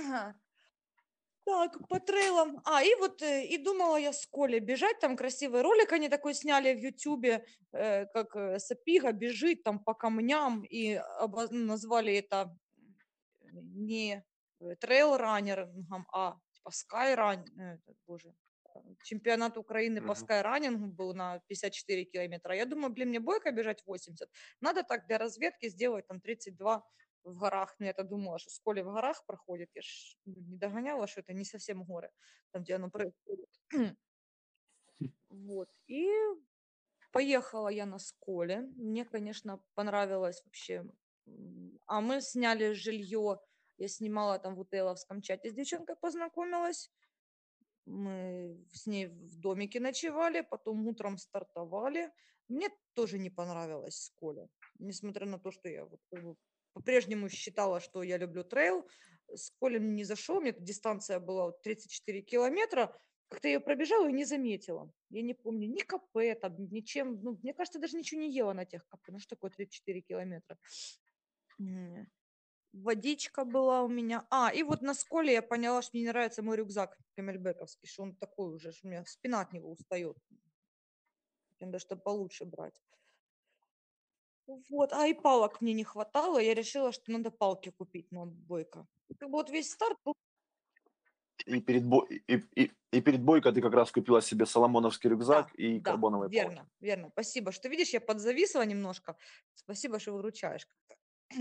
Так, по трейлам. А, и вот, э, и думала я с Колей бежать, там красивый ролик они такой сняли в Ютубе, э, как э, Сапига бежит там по камням, и обоз- ну, назвали это не э, трейл-раннером, а типа скайран, э, этот, боже, э, чемпионат Украины по Мгм. скайранингу был на пятьдесят четыре километра. Я думаю, блин, мне бойко бежать восемьдесят. Надо так для разведки сделать там тридцать два в горах. Ну, я-то думала, что Сколе в горах проходит. Я ж ну, не догоняла, что это не совсем горы, там, где оно происходит. Вот. И поехала я на Сколе. Мне, конечно, понравилось вообще. М, А мы сняли жилье. Я снимала там в Утеловском чате с девчонкой познакомилась. Мы с ней в домике ночевали, потом утром стартовали. Мне тоже не понравилось с Колей. Несмотря на то, что я вот как бы по-прежнему считала, что я люблю трейл, с Колей мне не зашел. Мне дистанция была вот тридцать четыре километра. Как-то я ее пробежала и не заметила. Я не помню ни КП, там, ничем. Ну, мне кажется, даже ничего не ела на тех КП. Ну, что такое тридцать четыре километра? М, Водичка была у меня. А, и вот на сколе я поняла, что мне не нравится мой рюкзак камельбековский, что он такой уже, что у меня спина от него устает. Надо что получше брать. Вот, а и палок мне не хватало. Я решила, что надо палки купить на бойко. Как бы вот весь старт был. И перед, бо... и, и, и перед бойкой ты как раз купила себе соломоновский рюкзак Да, и да, карбоновые верно, палки. верно. Спасибо, что видишь, я подзависла немножко. Спасибо, что выручаешь как-то.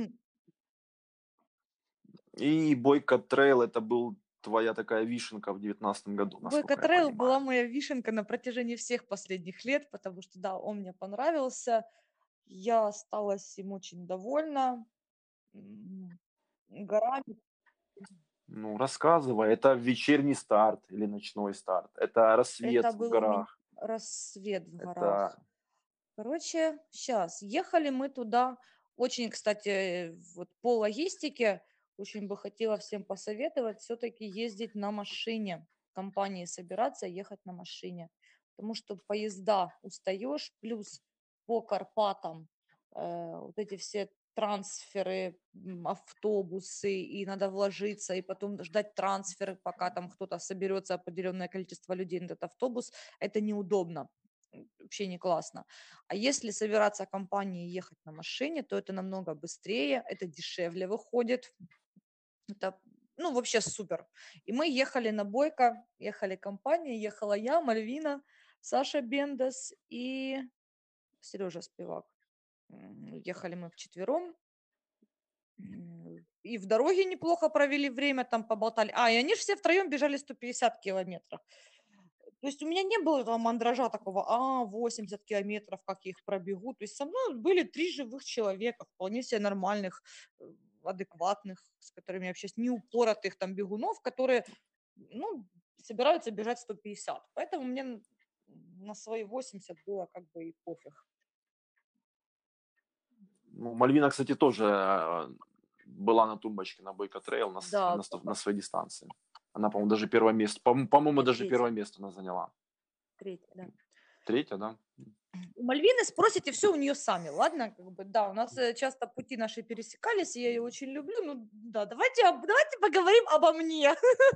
И бойко трейл это был твоя такая вишенка в девятнадцатом году, Бойко насколько я трейл понимаю. была моя вишенка на протяжении всех последних лет, потому что, да, он мне понравился. Я осталась им очень довольна. М, Горами. Ну, рассказывай, это вечерний старт или ночной старт? Это рассвет Это в был у меня горах? рассвет в Это, горах. Короче, сейчас ехали мы туда. Очень, кстати, вот по логистике очень бы хотела всем посоветовать все-таки ездить на машине. В компании собираться, ехать на машине. Потому что поезда устаешь, плюс по Карпатам э, вот эти все трансферы, м, автобусы, и надо вложиться, и потом ждать трансферы, пока там кто-то соберется, определенное количество людей на этот автобус. Это неудобно. М, Вообще не классно. А если собираться компанией и ехать на машине, то это намного быстрее, это дешевле выходит. Это, ну, вообще супер. И мы ехали на Бойко, ехали компания, ехала я, Мальвина, Саша Бендес и Сережа Спивак. М, Ехали мы вчетвером. М, И в дороге неплохо провели время, там поболтали. А, и они же все втроем бежали сто пятьдесят километров. То есть у меня не было этого мандража такого, а, восемьдесят километров, как я их пробегу. То есть со мной были три живых человека, вполне себе нормальных, э, адекватных, с которыми я общаюсь, не упоротых там бегунов, которые, ну, собираются бежать сто пятьдесят. Поэтому мне н- на свои восемьдесят было как бы и пофиг. ну, Мальвина, кстати, тоже э, была на тумбочке на бойко трейл на, с- Да, на, сто- на своей дистанции. Она, по-моему, даже первое место, по- по-моему, нет, даже третья, первое место она заняла. третья, да. Третья, да? У Мальвины спросите все у нее сами, ладно? Как бы, да, у нас э, часто пути наши пересекались, и я ее очень люблю. Ну, да, давайте, об- давайте поговорим обо мне.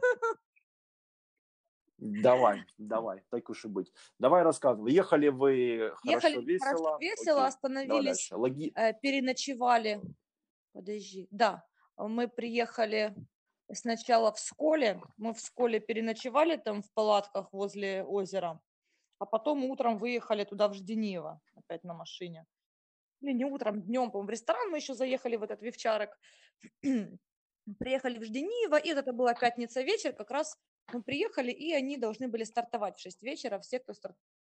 Давай, давай, так уж и быть. Давай рассказывай. Ехали вы хорошо, Ехали хорошо, весело. весело, Окей, давай остановились, дальше. Логи... э, переночевали. Подожди, да, мы приехали сначала в Сколе, мы в Сколе переночевали там в палатках возле озера, а потом утром выехали туда в Ждениево, опять на машине. Не, не утром, днем, по-моему, в ресторан мы еще заехали в этот Вивчарок. Приехали в Ждениево, и вот это была пятница вечер, как раз мы приехали, и они должны были стартовать в шесть вечера, все, кто старт...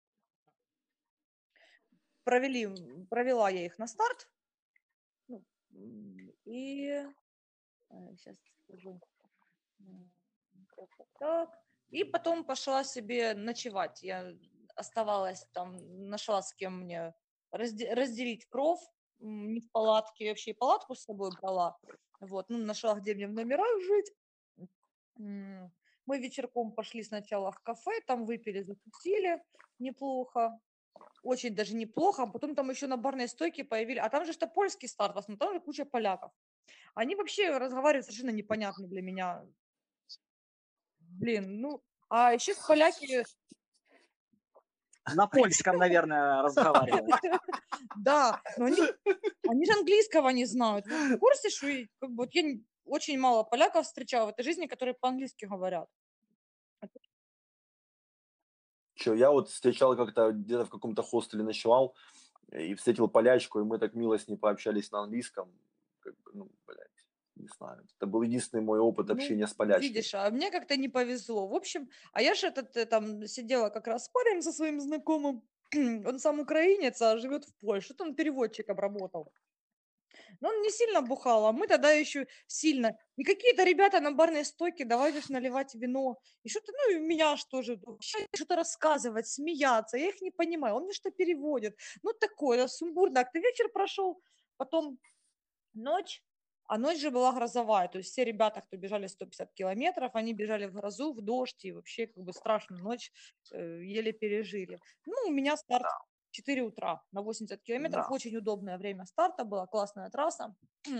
провели, провела я их на старт, ну, м, и сейчас скажу, м, так, так, так. И потом пошла себе ночевать. Я оставалась там, нашла с кем мне разде- разделить кров, м, не в палатке, я вообще и палатку с собой брала. Вот, ну, нашла, где мне в номерах жить. М, Мы вечерком пошли сначала в кафе, там выпили, закусили неплохо, очень даже неплохо, а потом там еще на барной стойке появились, а там же что польский старт, в основном там же куча поляков. Они вообще разговаривают совершенно непонятно для меня. Блин, ну, а еще поляки, На польском, наверное, разговаривают. да, но они, они же английского не знают. Вы в курсе, что и, как бы, вот я не- очень мало поляков встречала в этой жизни, которые по-английски говорят. Че, я вот встречал как-то где-то в каком-то хостеле ночевал и встретил полячку, и мы так мило с ней пообщались на английском. Как бы, ну, блядь, не знаю. Это был единственный мой опыт Ну, общения с полячкой. видишь, а мне как-то не повезло. В общем, а я же этот, э, там сидела как раз с парнем со своим знакомым. Он сам украинец, а живет в Польше. Вот он переводчиком работал. Но он не сильно бухал, а мы тогда еще сильно. И какие-то ребята на барной стойке, давайте ж наливать вино. И что-то, ну и меня что же, вообще что-то рассказывать, смеяться. Я их не понимаю, он мне что переводит. Ну такое, сумбурно. Так-то вечер прошел, потом ночь, а ночь же была грозовая. То есть все ребята, кто бежали сто пятьдесят километров, они бежали в грозу, в дождь, и вообще как бы страшную ночь э, еле пережили. Ну, у меня старт в четыре утра на восемьдесят километров. Да. Очень удобное время старта, была классная трасса.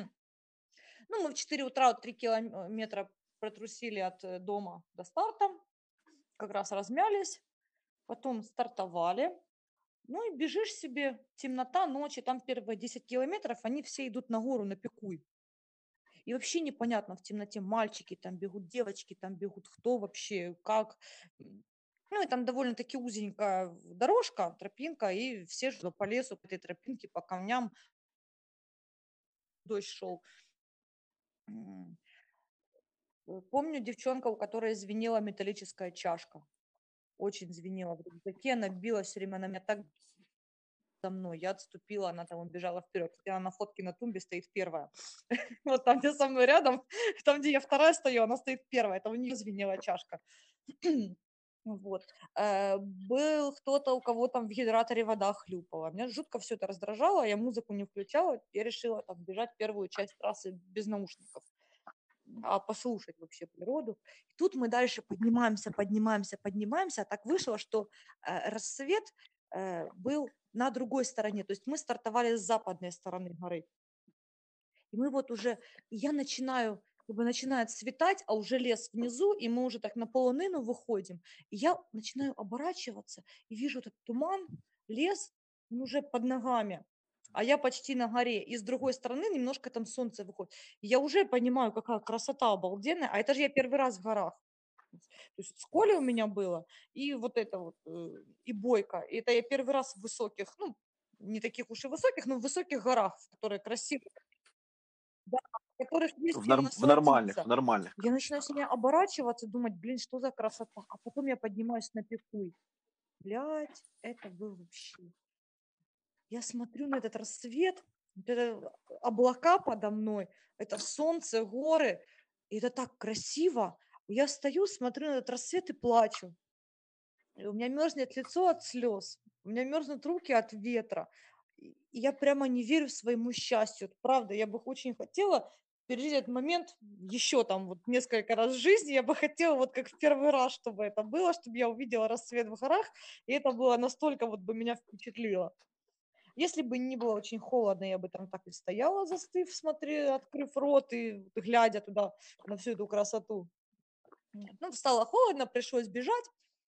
Ну, мы в четыре утра вот три километра протрусили от э, дома до старта, как раз размялись, потом стартовали. Ну и бежишь себе, темнота, ночи, там первые десять километров, они все идут на гору, на Пекуй. И вообще непонятно в темноте, мальчики там бегут, девочки там бегут, кто вообще, как. М, Ну и там довольно-таки узенькая дорожка, тропинка, и все же по лесу, по этой тропинке, по камням, дождь шел. М, э, Помню девчонка, у которой звенела металлическая чашка. Очень звенела в рюкзаке, она билась все время, она меня так за мной. Я отступила, она там убежала вперед. Хотя она на фотке на тумбе стоит первая. Вот там, где со мной рядом, там, где я вторая стою, она стоит первая. Это у нее звенела чашка. Вот. Э, Был кто-то, у кого там в гидраторе вода хлюпала. Меня жутко все это раздражало, я музыку не включала, я решила там бежать первую часть трассы без наушников, а послушать вообще природу. И тут мы дальше поднимаемся, поднимаемся, поднимаемся. А так вышло, что э, рассвет э, был на другой стороне. То есть мы стартовали с западной стороны горы. И мы вот уже, и я начинаю, как бы начинает светать, а уже лес внизу, и мы уже так на полонину выходим. И я начинаю оборачиваться и вижу этот туман, лес, он уже под ногами, а я почти на горе. И с другой стороны немножко там солнце выходит. И я уже понимаю, какая красота обалденная, а это же я первый раз в горах. То есть с Колей у меня было, и вот это вот, э, и Бойко. И это я первый раз в высоких, ну, не таких уж и высоких, но в высоких горах, которые красивые, да, в которых есть В, чем норм- в нормальных, в насладиться. нормальных. Я начинаю с ними оборачиваться, думать, блин, что за красота. А потом я поднимаюсь на Пекуй. Блядь, это был вообще. Я смотрю на этот рассвет, вот это облака подо мной, это солнце, горы. И это так красиво. Я стою, смотрю на этот рассвет и плачу. И у меня мерзнет лицо от слез, у меня мерзнут руки от ветра. И и я прямо не верю своему счастью. Вот правда, я бы очень хотела пережить этот момент еще там вот несколько раз в жизни. Я бы хотела вот как в первый раз, чтобы это было, чтобы я увидела рассвет в горах, и это было настолько вот бы меня впечатлило. Если бы не было очень холодно, я бы там так и стояла, застыв, смотря, открыв рот и вот глядя туда, на всю эту красоту. Вот. Ну, стало холодно, пришлось бежать.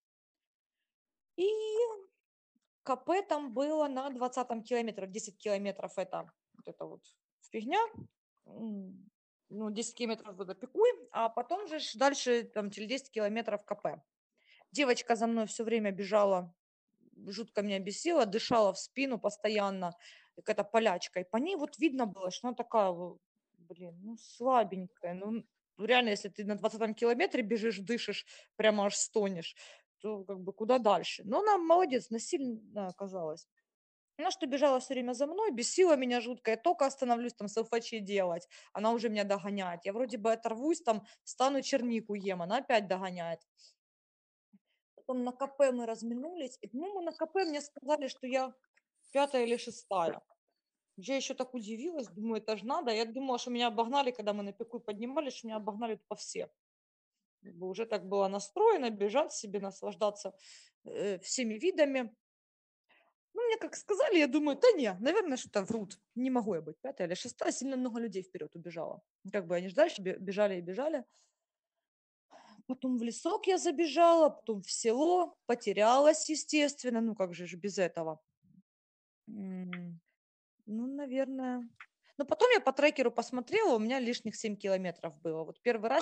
И КП там было на двадцатом километре, десять километров это вот это вот фигня, м, ну, десять километров туда Пекуй, а потом же ж дальше там через десять километров КП. Девочка за мной все время бежала, жутко меня бесила, дышала в спину постоянно, какая-то полячка, и по ней вот видно было, что она такая, вот, блин, ну, слабенькая, ну, ну, реально, если ты на двадцатом километре бежишь, дышишь, прямо аж стонешь, то как бы куда дальше. Но она молодец, она сильная оказалась. Она что бежала все время за мной, бесила меня жутко. Я только остановлюсь там селфачи делать, она уже меня догоняет. Я вроде бы оторвусь, там стану чернику ем, она опять догоняет. Потом на КП мы разминулись, и, по-моему, на КП мне сказали, что я пятая или шестая. Я еще так удивилась, думаю, это же надо. Я думала, что меня обогнали, когда мы на пику поднимались, что меня обогнали по все. Как бы уже так было настроено, бежать себе, наслаждаться э, всеми видами. Ну, мне как сказали, я думаю, да не, наверное, что-то врут. Не могу я быть пятая или шестая, сильно много людей вперед убежало. Как бы они же дальше бе- бежали и бежали. Потом в лесок я забежала, потом в село, потерялась, естественно. Ну, как же ж без этого? М, Ну, наверное. Но потом я по трекеру посмотрела, у меня лишних семь километров было. Вот первый раз,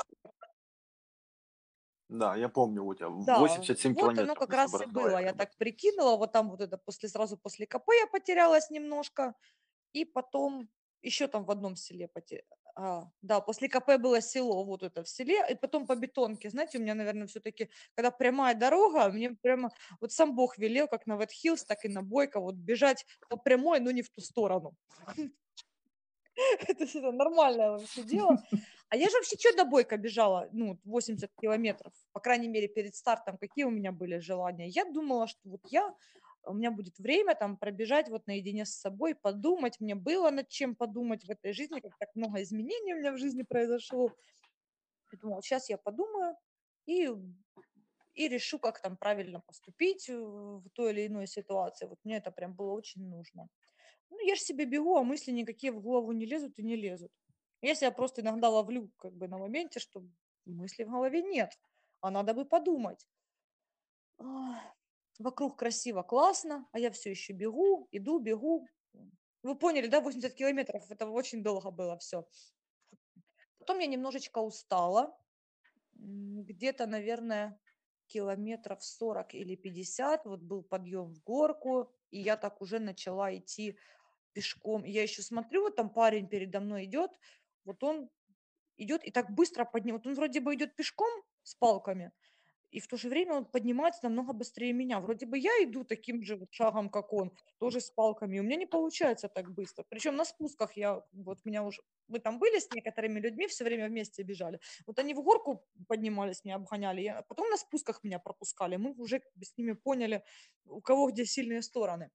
Да, я помню, у тебя да, восемьдесят семь вот оно километров как мы с тобой раз и было. разговаривали Я об этом. так прикинула, вот там вот это после, сразу после КП я потерялась немножко. И потом еще там в одном селе поте а, да, после КП было село, вот это в селе, и потом по бетонке. Знаете, у меня, наверное, все-таки, когда прямая дорога, мне прямо, вот сам Бог велел, как на Ветхиллз, так и на Бойко, вот бежать по прямой, но не в ту сторону. Это всегда нормальное вообще дело. А я же вообще что до бойка бежала, ну, восемьдесят километров, по крайней мере, перед стартом, какие у меня были желания. Я думала, что вот я, у меня будет время там пробежать вот наедине с собой, подумать, мне было над чем подумать в этой жизни, как так много изменений у меня в жизни произошло. Я думала, сейчас я подумаю и, и решу, как там правильно поступить э, в той или иной ситуации. Вот мне это прям было очень нужно. Ну, я же себе бегу, а мысли никакие в голову не лезут и не лезут. Я себя просто иногда ловлю как бы на моменте, что мыслей в голове нет, а надо бы подумать. Ах, вокруг красиво, классно, а я все еще бегу, иду, бегу. Вы поняли, да, восемьдесят километров, это очень долго было все. Потом я немножечко устала, м, где-то, наверное, километров сорок или пятьдесят, вот был подъем в горку, и я так уже начала идти пешком. И я еще смотрю, вот там парень передо мной идет, вот он идет и так быстро поднимает. Вот он вроде бы идет пешком с палками, и в то же время он поднимается намного быстрее меня. Вроде бы я иду таким же вот шагом, как он, тоже с палками. И у меня не получается так быстро. Причем на спусках я, вот меня уже, мы там были с некоторыми людьми, все время вместе бежали. Вот они в горку поднимались, меня обгоняли, я, потом на спусках меня пропускали. Мы уже как бы с ними поняли, у кого где сильные стороны.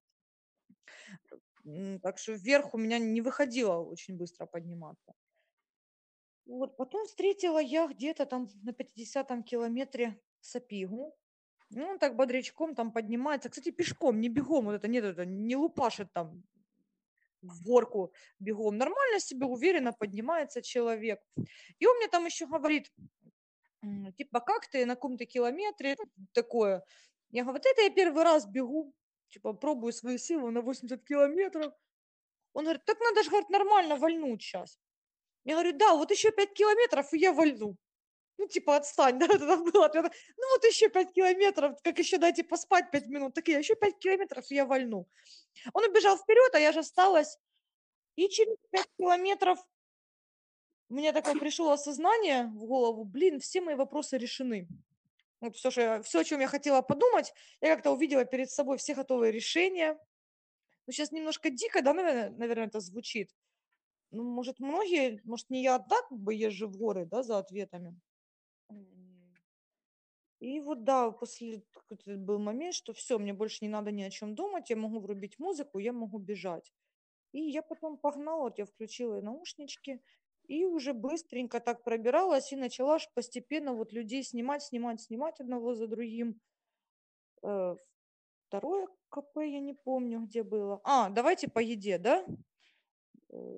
М, Так что вверх у меня не выходило очень быстро подниматься. Вот, потом встретила я где-то там на пятидесятом километре Сапигу. Ну, он так бодрячком там поднимается. Кстати, пешком, не бегом. Вот это нет, это не лупашит там в горку бегом. Нормально себе, уверенно поднимается человек. И он мне там еще говорит, м, типа, как ты, на каком-то километре, ну, такое. Я говорю, вот это я первый раз бегу, типа, пробую свои силы на восемьдесят километров. Он говорит, так надо же, говорит, нормально вальнуть сейчас. Я говорю, да, вот еще пять километров, и я вальну. Ну, типа, отстань, да, это там было ответ. Ну, вот еще пять километров, как еще дайте поспать пять минут. Так я еще пять километров, и я вальну. Он убежал вперед, а я же осталась. И через пять километров мне такое пришло осознание в голову, блин, все мои вопросы решены. Вот все, что я, все, о чем я хотела подумать, я как-то увидела перед собой все готовые решения. Ну, сейчас немножко дико, да, наверное, наверное, это звучит. Ну, может, многие, может, не я одна как бы езжу в горы, да, за ответами. М. И вот да, после какой-то был момент, что все, мне больше не надо ни о чем думать, я могу врубить музыку, я могу бежать. И я потом погнала, вот я включила наушнички, и уже быстренько так пробиралась и начала ж постепенно вот людей снимать, снимать, снимать одного за другим. Э, Второе КП я не помню, где было. А, давайте по еде, да? Э,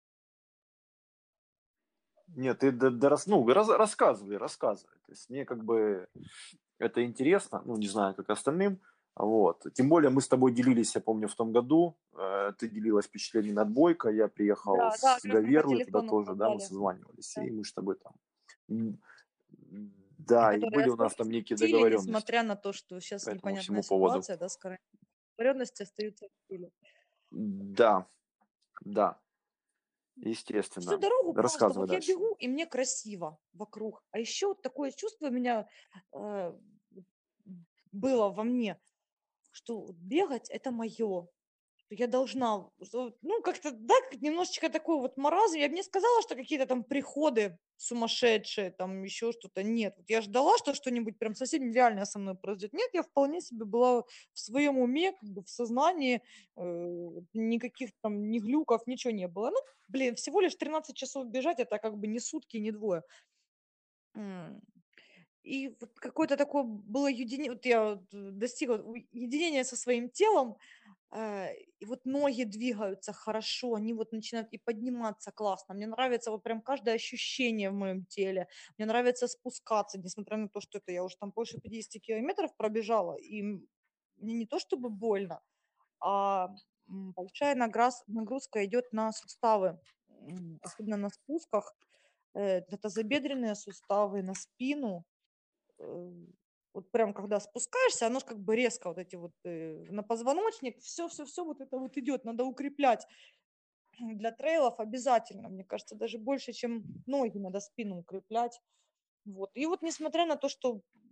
Нет, ты д- дорас- ну, раз- рассказывай, рассказывай. То есть мне как бы это интересно, ну, не знаю, как остальным. Вот. Тем более мы с тобой делились, я помню, в том году. э, ты делилась впечатлениями от Бойко, я приехал Да, да, с как раз мы по Говерлы туда телефону тоже, да, мы сказали. созванивались, Да. и мы с тобой там... м, Да, и Которые были у нас остаются там в некие силе, договоренности несмотря на то, что по сейчас этому непонятная всему поводу. ситуация, да, с коронавирусом. Договоренности остаются в силе. Да, да, Всю естественно. дорогу просто Рассказывай вот я дальше. бегу, и мне красиво вокруг. А еще вот такое чувство у меня э, было во мне, что вот бегать это мое. Я должна, что, ну, как-то, да, как немножечко такой вот маразм. Я бы не сказала, что какие-то там приходы сумасшедшие, там еще что-то. Нет. Вот я ждала, что что-нибудь прям совсем нереальное со мной произойдет. Нет, я вполне себе была в своем уме, как бы в сознании, э, никаких там ни глюков, ничего не было. Ну, блин, всего лишь тринадцать часов бежать, это как бы не сутки, не двое. М. И вот какое-то такое было единение, вот я вот, э, достигла у- единения со своим телом, э, и вот ноги двигаются хорошо, они вот начинают и подниматься классно. Мне нравится вот прям каждое ощущение в моем теле. Мне нравится спускаться, несмотря на то, что это я уже там больше пятьдесят километров пробежала, и м, мне не то чтобы больно, а м, большая награз- нагрузка идет на суставы, м, особенно на спусках, э, на тазобедренные суставы, на спину. Э, Вот прям когда спускаешься, оно ж как бы резко вот эти вот э, на позвоночник, все-все-все вот это вот идет, надо укреплять. Для трейлов обязательно, мне кажется, даже больше, чем ноги, надо спину укреплять. Вот. И вот несмотря на то, что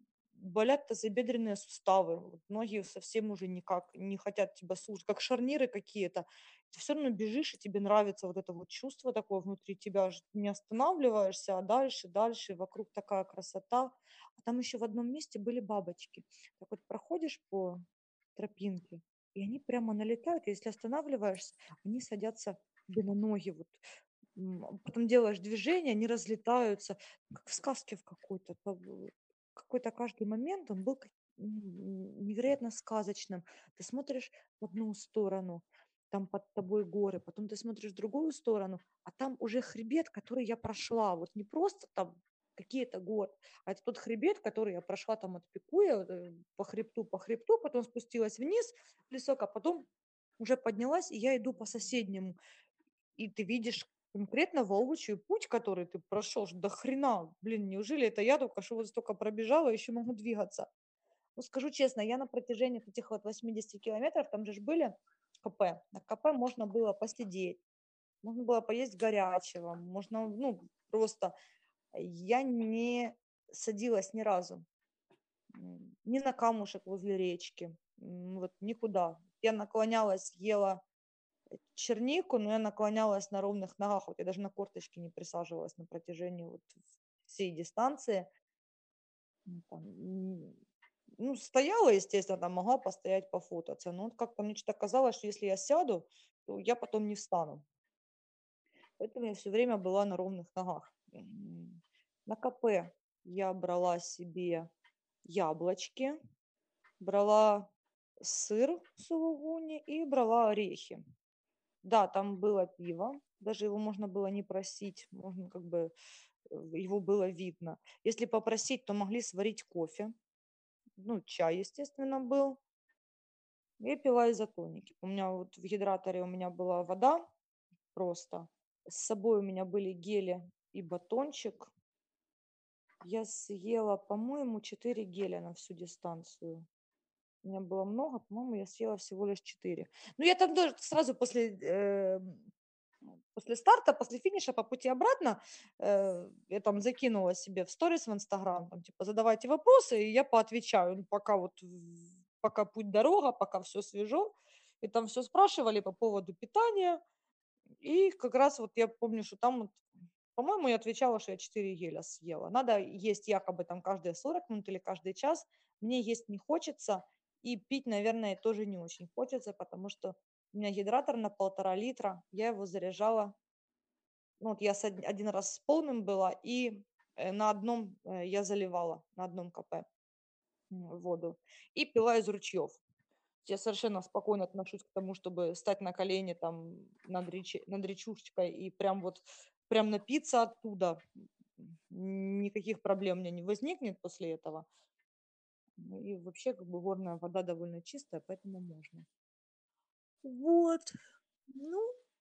болят тазобедренные суставы, вот ноги совсем уже никак не хотят тебя слушать, как шарниры какие-то. Ты все равно бежишь, и тебе нравится вот это вот чувство такое внутри тебя, ж не останавливаешься, а дальше, дальше, вокруг такая красота. А там еще в одном месте были бабочки. Так вот проходишь по тропинке, и они прямо налетают, и если останавливаешься, они садятся тебе на ноги, вот. М, потом делаешь движение, они разлетаются, как в сказке в какой-то. По- в- Какой-то каждый момент, он был как- м, невероятно сказочным. Ты смотришь в одну сторону, там под тобой горы, потом ты смотришь в другую сторону, а там уже хребет, который я прошла. Вот не просто там какие-то горы, а это тот хребет, который я прошла там от Пикуя э, по хребту, по хребту, потом спустилась вниз в лесок, а потом уже поднялась, и я иду по соседнему. И ты видишь конкретно воочию путь, который ты прошел. До хрена, блин, неужели это я только что вот столько пробежала, еще могу двигаться? Ну, скажу честно, я на протяжении вот этих вот восьмидесяти километров, там же ж были КП. На КП можно было посидеть, можно было поесть горячего, можно, ну, просто я не садилась ни разу, м, ни на камушек возле речки, м, вот никуда. Я наклонялась, ела чернику, но я наклонялась на ровных ногах, вот я даже на корточки не присаживалась на протяжении вот всей дистанции. Ну, там, м, ну, стояла, естественно, там могла постоять, пофототься, но вот как-то мне что-то казалось, что если я сяду, то я потом не встану. Поэтому я все время была на ровных ногах. М, На КП я брала себе яблочки, брала сыр в сулугуни и брала орехи. Да, там было пиво, даже его можно было не просить, можно как бы, э, его было видно. Если попросить, то могли сварить кофе, ну, чай, естественно, был. Я пила изотоники. У меня вот в гидраторе у меня была вода просто. С собой у меня были гели и батончик. Я съела, по-моему, четыре геля на всю дистанцию. У меня было много, по-моему, я съела всего лишь четыре. Ну, я там даже сразу после, э, после старта, после финиша, по пути обратно, э, я там закинула себе в сторис в Инстаграм, там, типа, задавайте вопросы, и я поотвечаю, ну, пока вот, в- пока путь дорога, пока все свежо. И там все спрашивали по поводу питания. И как раз вот я помню, что там вот, по-моему, я отвечала, что я четыре геля съела. Надо есть якобы там каждые сорок минут или каждый час. Мне есть не хочется, и пить, наверное, тоже не очень хочется, потому что у меня гидратор на полтора литра, я его заряжала, ну, вот я с од- один раз с полным была, и э, на одном э, я заливала, на одном КП м, воду, и пила из ручьев. Я совершенно спокойно отношусь к тому, чтобы стать на колени там над, речи- над речушечкой и прям вот прям напиться оттуда. М, Никаких проблем у меня не возникнет после этого. Ну и вообще как бы горная вода довольно чистая, поэтому можно. Вот. Ну,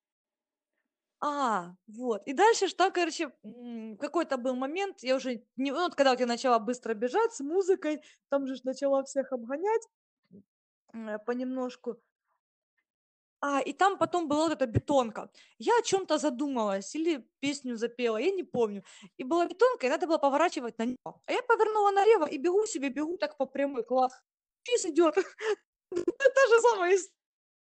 а, вот. И дальше что, короче, м, какой-то был момент, я уже, не, ну, вот когда вот я начала быстро бежать с музыкой, там же ж начала всех обгонять м, понемножку. А, и там потом была вот эта бетонка. Я о чем-то задумалась или песню запела, я не помню. И была бетонка, и надо было поворачивать на нее. А я повернула налево и бегу себе, бегу так по прямой, класс. Чиз идет. Та же самая история.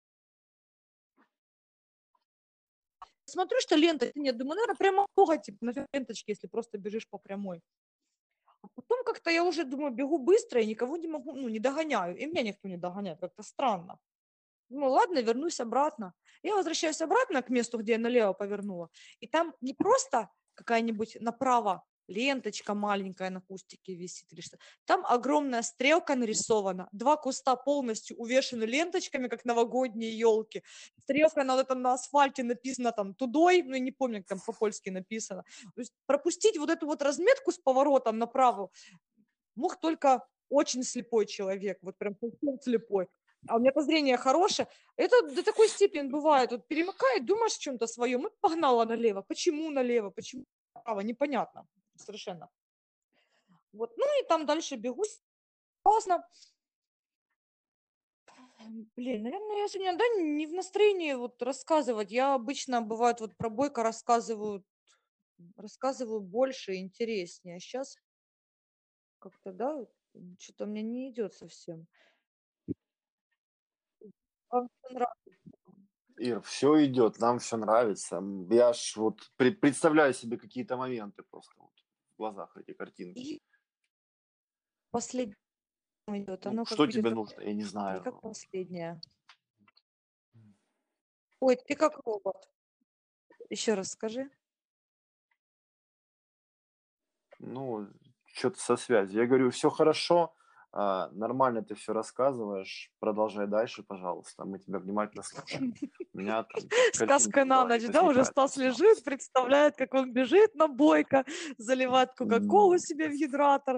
Смотрю, что лента нет, думаю, наверное, прямо много, типа, нафиг ленточки, если просто бежишь по прямой. А потом как-то я уже думаю, бегу быстро и никого не могу, ну, не догоняю. И меня никто не догоняет, как-то странно. Ну ладно, вернусь обратно. Я возвращаюсь обратно к месту, где я налево повернула. И там не просто какая-нибудь направо ленточка маленькая на кустике висит или что. Там огромная стрелка нарисована. Два куста полностью увешаны ленточками, как новогодние елки. Стрелка на вот этом на асфальте написана там тудой, ну я не помню, как там по-польски написано. То есть пропустить вот эту вот разметку с поворотом направо мог только очень слепой человек, вот прям совсем слепой. А у меня-то зрение хорошее. Это до такой степени бывает. Вот перемыкает, думаешь о чем-то своем, и погнала налево. Почему налево? Почему направо? Непонятно совершенно. Вот. Ну и там дальше бегу. Классно. Блин, наверное, я сегодня, да, не в настроении вот рассказывать. Я обычно, бывает, вот про Бойко рассказываю, рассказываю больше, интереснее. А сейчас как-то, да, Что-то мне не идет совсем. Вам всё нравится? Ир, все идет, нам все нравится. М, Я ж вот пре- представляю себе какие-то моменты просто вот в глазах эти картинки. И последняя идет. Ну, Оно что как идет тебе как нужно, я не или как знаю. последняя? Ой, ты как робот. Еще раз скажи. Ну, что-то со связью. Я говорю, все хорошо, а, нормально ты все рассказываешь, продолжай дальше, пожалуйста, мы тебя внимательно слушаем. У меня там картинки Сказка в на голове ночь, да? Уже возникают Стас просто. лежит, представляет, как он бежит на бойко, заливает кока-колу себе в гидратор.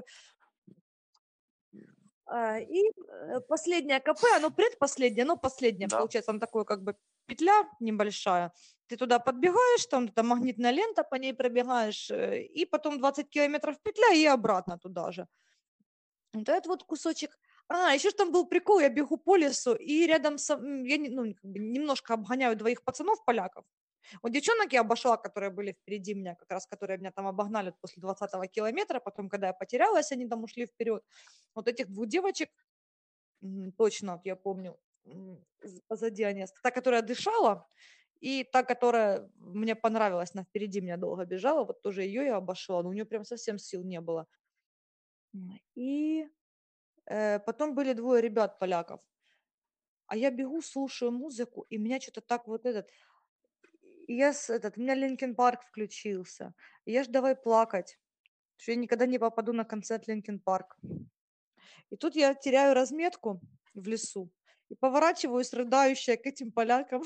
А, И э, последнее КП, оно предпоследнее, но последнее, Да. получается, там такое как бы петля небольшая. Ты туда подбегаешь, там, там магнитная лента, по ней пробегаешь, э, и потом двадцать километров петля и обратно туда же. Вот этот вот кусочек. А, еще ж там был прикол, я бегу по лесу, и рядом со м, я не- ну, как бы немножко обгоняю двоих пацанов поляков. Вот девчонок я обошла, которые были впереди меня, как раз которые меня там обогнали после двадцатого километра, потом, когда я потерялась, они там ушли вперед. Вот этих двух девочек, м, точно, вот я помню, м, з- позади они, ост- та, которая дышала, и та, которая мне понравилась, она впереди меня долго бежала, вот тоже ее я обошла, но у нее прям совсем сил не было. М, И Э, потом были двое ребят поляков. А я бегу, слушаю музыку, и меня что то так вот этот и я с этот, у меня Linkin Park включился. И я ж давай плакать, что я никогда не попаду на концерт Linkin Park. И тут я теряю разметку в лесу и поворачиваюсь рыдающая к этим полякам.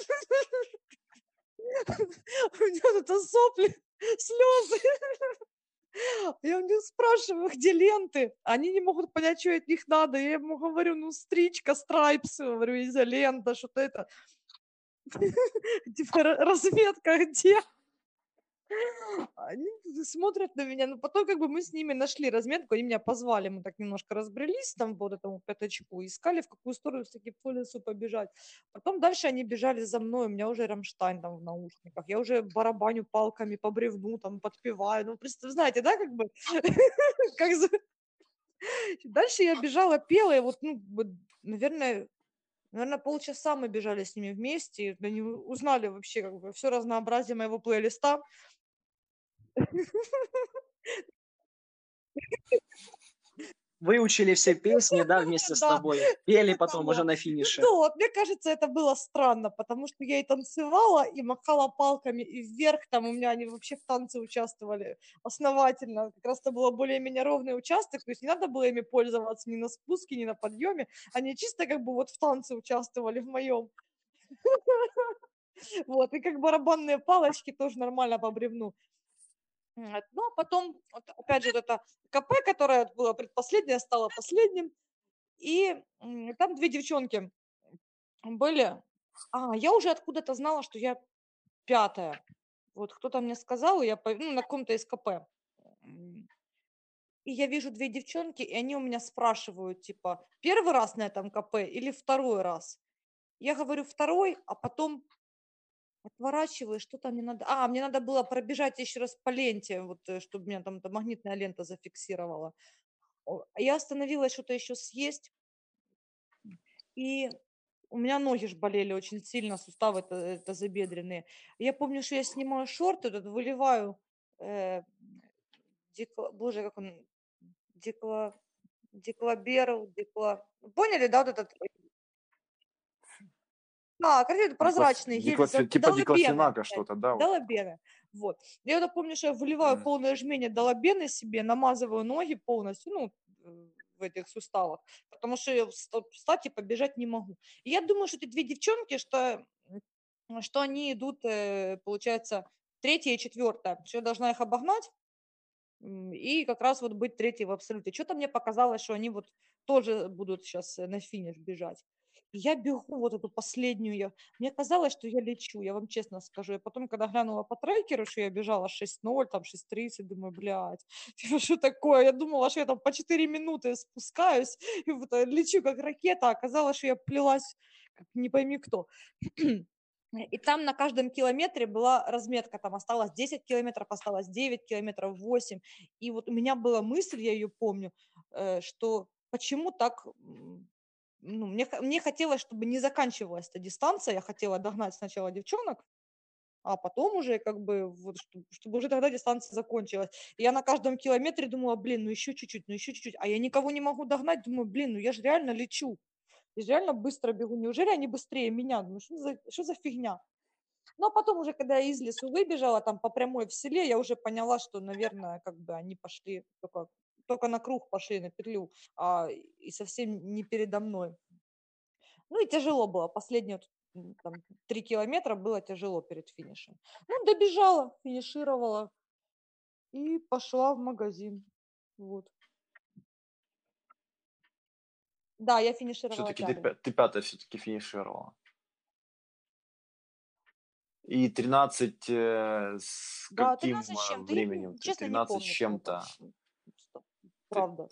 У меня тут сопли, слезы. Я у них спрашиваю, где ленты. Они не могут понять, что от них надо. Я ему говорю, ну, стричка, страйпсы, говорю, изолента, что-то это. Типа, ра- разметка где? Они смотрят на меня, но потом как бы мы с ними нашли разметку, они меня позвали, мы так немножко разбрелись там по вот этому пятачку, искали, в какую сторону все-таки по лесу побежать. Потом дальше они бежали за мной, у меня уже Рамштайн там в наушниках, я уже барабаню палками по бревну, там подпеваю, ну, представь, знаете, да, как бы, как за- дальше я бежала, пела, и вот, ну, вот, наверное, наверное, полчаса мы бежали с ними вместе, и они узнали вообще как бы все разнообразие моего плейлиста. Выучили все песни, да, вместе с Да, тобой. Пели типа потом уже того. на Ну финише. да, вот мне кажется, это было странно, потому что я и танцевала, и махала палками, и вверх там у меня они вообще в танце участвовали основательно. Как раз это было более-менее ровный участок, то есть не надо было ими пользоваться ни на спуске, ни на подъеме. Они чисто как бы вот в танце участвовали в моем. Вот, и как барабанные палочки тоже нормально по бревну. М, Ну, а потом, вот опять же, вот это КП, которое было предпоследнее, стало последним. И м, там две девчонки были. А, я уже откуда-то знала, что я пятая. Вот кто-то мне сказал, и я по ну, на каком-то СКП. М, и я вижу две девчонки, и они у меня спрашивают, типа, первый раз на этом КП или второй раз? Я говорю: "второй", а потом отворачиваю, что-то мне надо а, мне надо было пробежать еще раз по ленте, вот, э, чтобы меня там эта магнитная лента зафиксировала. О, а я остановилась что-то еще съесть, и у меня ноги ж болели очень сильно, суставы это тазобедренные. Я помню, что я снимаю шорты, тут выливаю, э, дикла боже, как он, дикла диклоберл, дикла поняли, да, вот этот, а, короче, Диклоф- прозрачный гель за диклофе- Типа Долобены, диклофенака блядь, что-то, да, вот. Долобены. Вот. Я вот помню, что я выливаю М. полное жмение Долобены себе, намазываю ноги полностью, ну, э, в этих суставах, потому что я вста встать и побежать не могу. И я думаю, что эти две девчонки, что, м, что они идут, э, получается, третья и четвертая, что я должна их обогнать, м, и как раз вот быть третьей в абсолюте. Что то мне показалось, что они вот тоже будут сейчас на финиш бежать. И я бегу вот эту последнюю, я мне казалось, что я лечу, я вам честно скажу. Я потом, когда глянула по трекеру, что я бежала шесть ноль, там шесть тридцать, думаю: "Блядь, типа, что такое?" Я думала, что я там по четыре минуты спускаюсь и вот, э, лечу как ракета, а оказалось, что я плелась как не пойми кто. И там на каждом километре была разметка, там осталось десять километров, осталось девять километров, восемь. И вот у меня была мысль, я ее помню, э, что почему так, м, ну, мне, х- мне хотелось, чтобы не заканчивалась эта дистанция, я хотела догнать сначала девчонок, а потом уже как бы вот, чтоб- чтобы уже тогда дистанция закончилась. И я на каждом километре думала, блин, ну еще чуть-чуть, ну еще чуть-чуть, а я никого не могу догнать, думаю, блин, ну я же реально лечу, я же реально быстро бегу, неужели они быстрее меня? Думаю, что за, что за фигня? Ну, а потом уже, когда я из лесу выбежала, там по прямой в селе, я уже поняла, что, наверное, как бы они пошли только, только на круг пошли, на петлю, а, и совсем не передо мной. Ну, и тяжело было. Последние вот, м, там, три километра было тяжело перед финишем. Ну, добежала, финишировала и пошла в магазин. Вот. Да, я финишировала Все-таки ты, пятой. пя- ты пятая все-таки финишировала. И тринадцать э, с Да, каким тринадцать с э, чем-то. Я, временем? н- ты? честно, не тринадцать с помню сколько. чем-то. М, сто- Ты- Правда.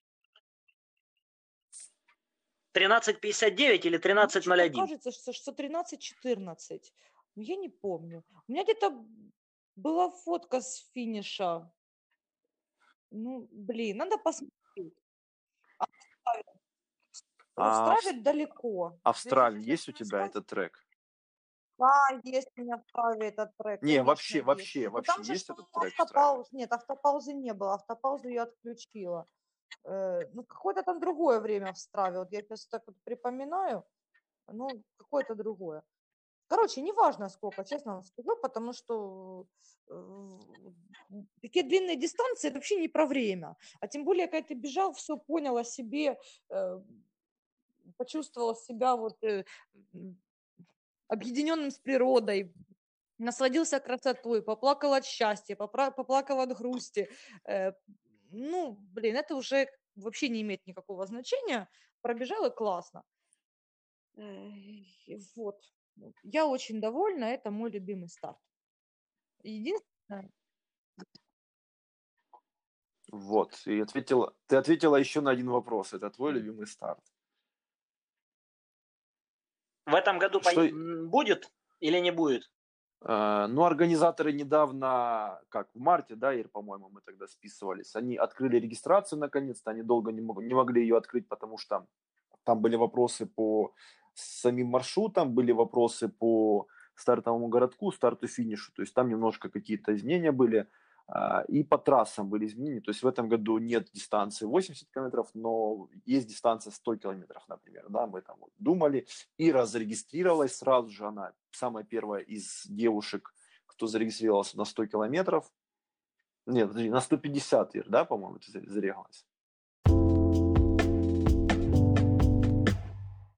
тринадцать пятьдесят девять или Мне тринадцать ноль что-то один? кажется, что, что тринадцать четырнадцать. Но я не помню. У меня где-то была фотка с финиша. Ну, блин, надо посмотреть. А в Страве ну, в А в, Страве С- далеко. а в Если Страве есть у честно тебя сказать, этот трек? да, есть у меня в Страве этот трек, Не, конечно, вообще, есть. вообще, Но вообще там же, есть что этот трек в Страве? автопауз. Нет, автопаузы не было. Автопаузу я отключила. Э, ну, какое-то там другое время в Страве. Вот я сейчас так вот припоминаю. Ну, какое-то другое. Короче, неважно сколько, честно вам скажу, потому что э, м, такие длинные дистанции это вообще не про время. А тем более, когда ты бежал, все понял о себе, э, почувствовал себя вот э, м, объединенным с природой, насладился красотой, поплакал от счастья, попра- поплакал от грусти. Э, ну, блин, это уже вообще не имеет никакого значения. Пробежал и классно. Э, и вот. Я очень довольна, это мой любимый старт. Единственное, Вот, и ответила, ты ответила еще на один вопрос. Это твой м, любимый старт. В этом году Что, пон- м, будет или не будет? э, ну, организаторы недавно, как в марте, да, Ир, по-моему, мы тогда списывались, они открыли регистрацию наконец-то, они долго не, мог- не могли ее открыть, потому что там были вопросы по самим маршрутам, были вопросы по стартовому городку, старту, финишу, то есть там немножко какие-то изменения были, а, и по трассам были изменения, то есть в этом году нет дистанции восемьдесят километров, но есть дистанция сто километров, например, да, мы там вот думали, Ира зарегистрировалась сразу же, она самая первая из девушек, кто зарегистрировался на сто километров, нет, подожди, на сто пятьдесят, Ир, да, по-моему, ты зарегистрировалась?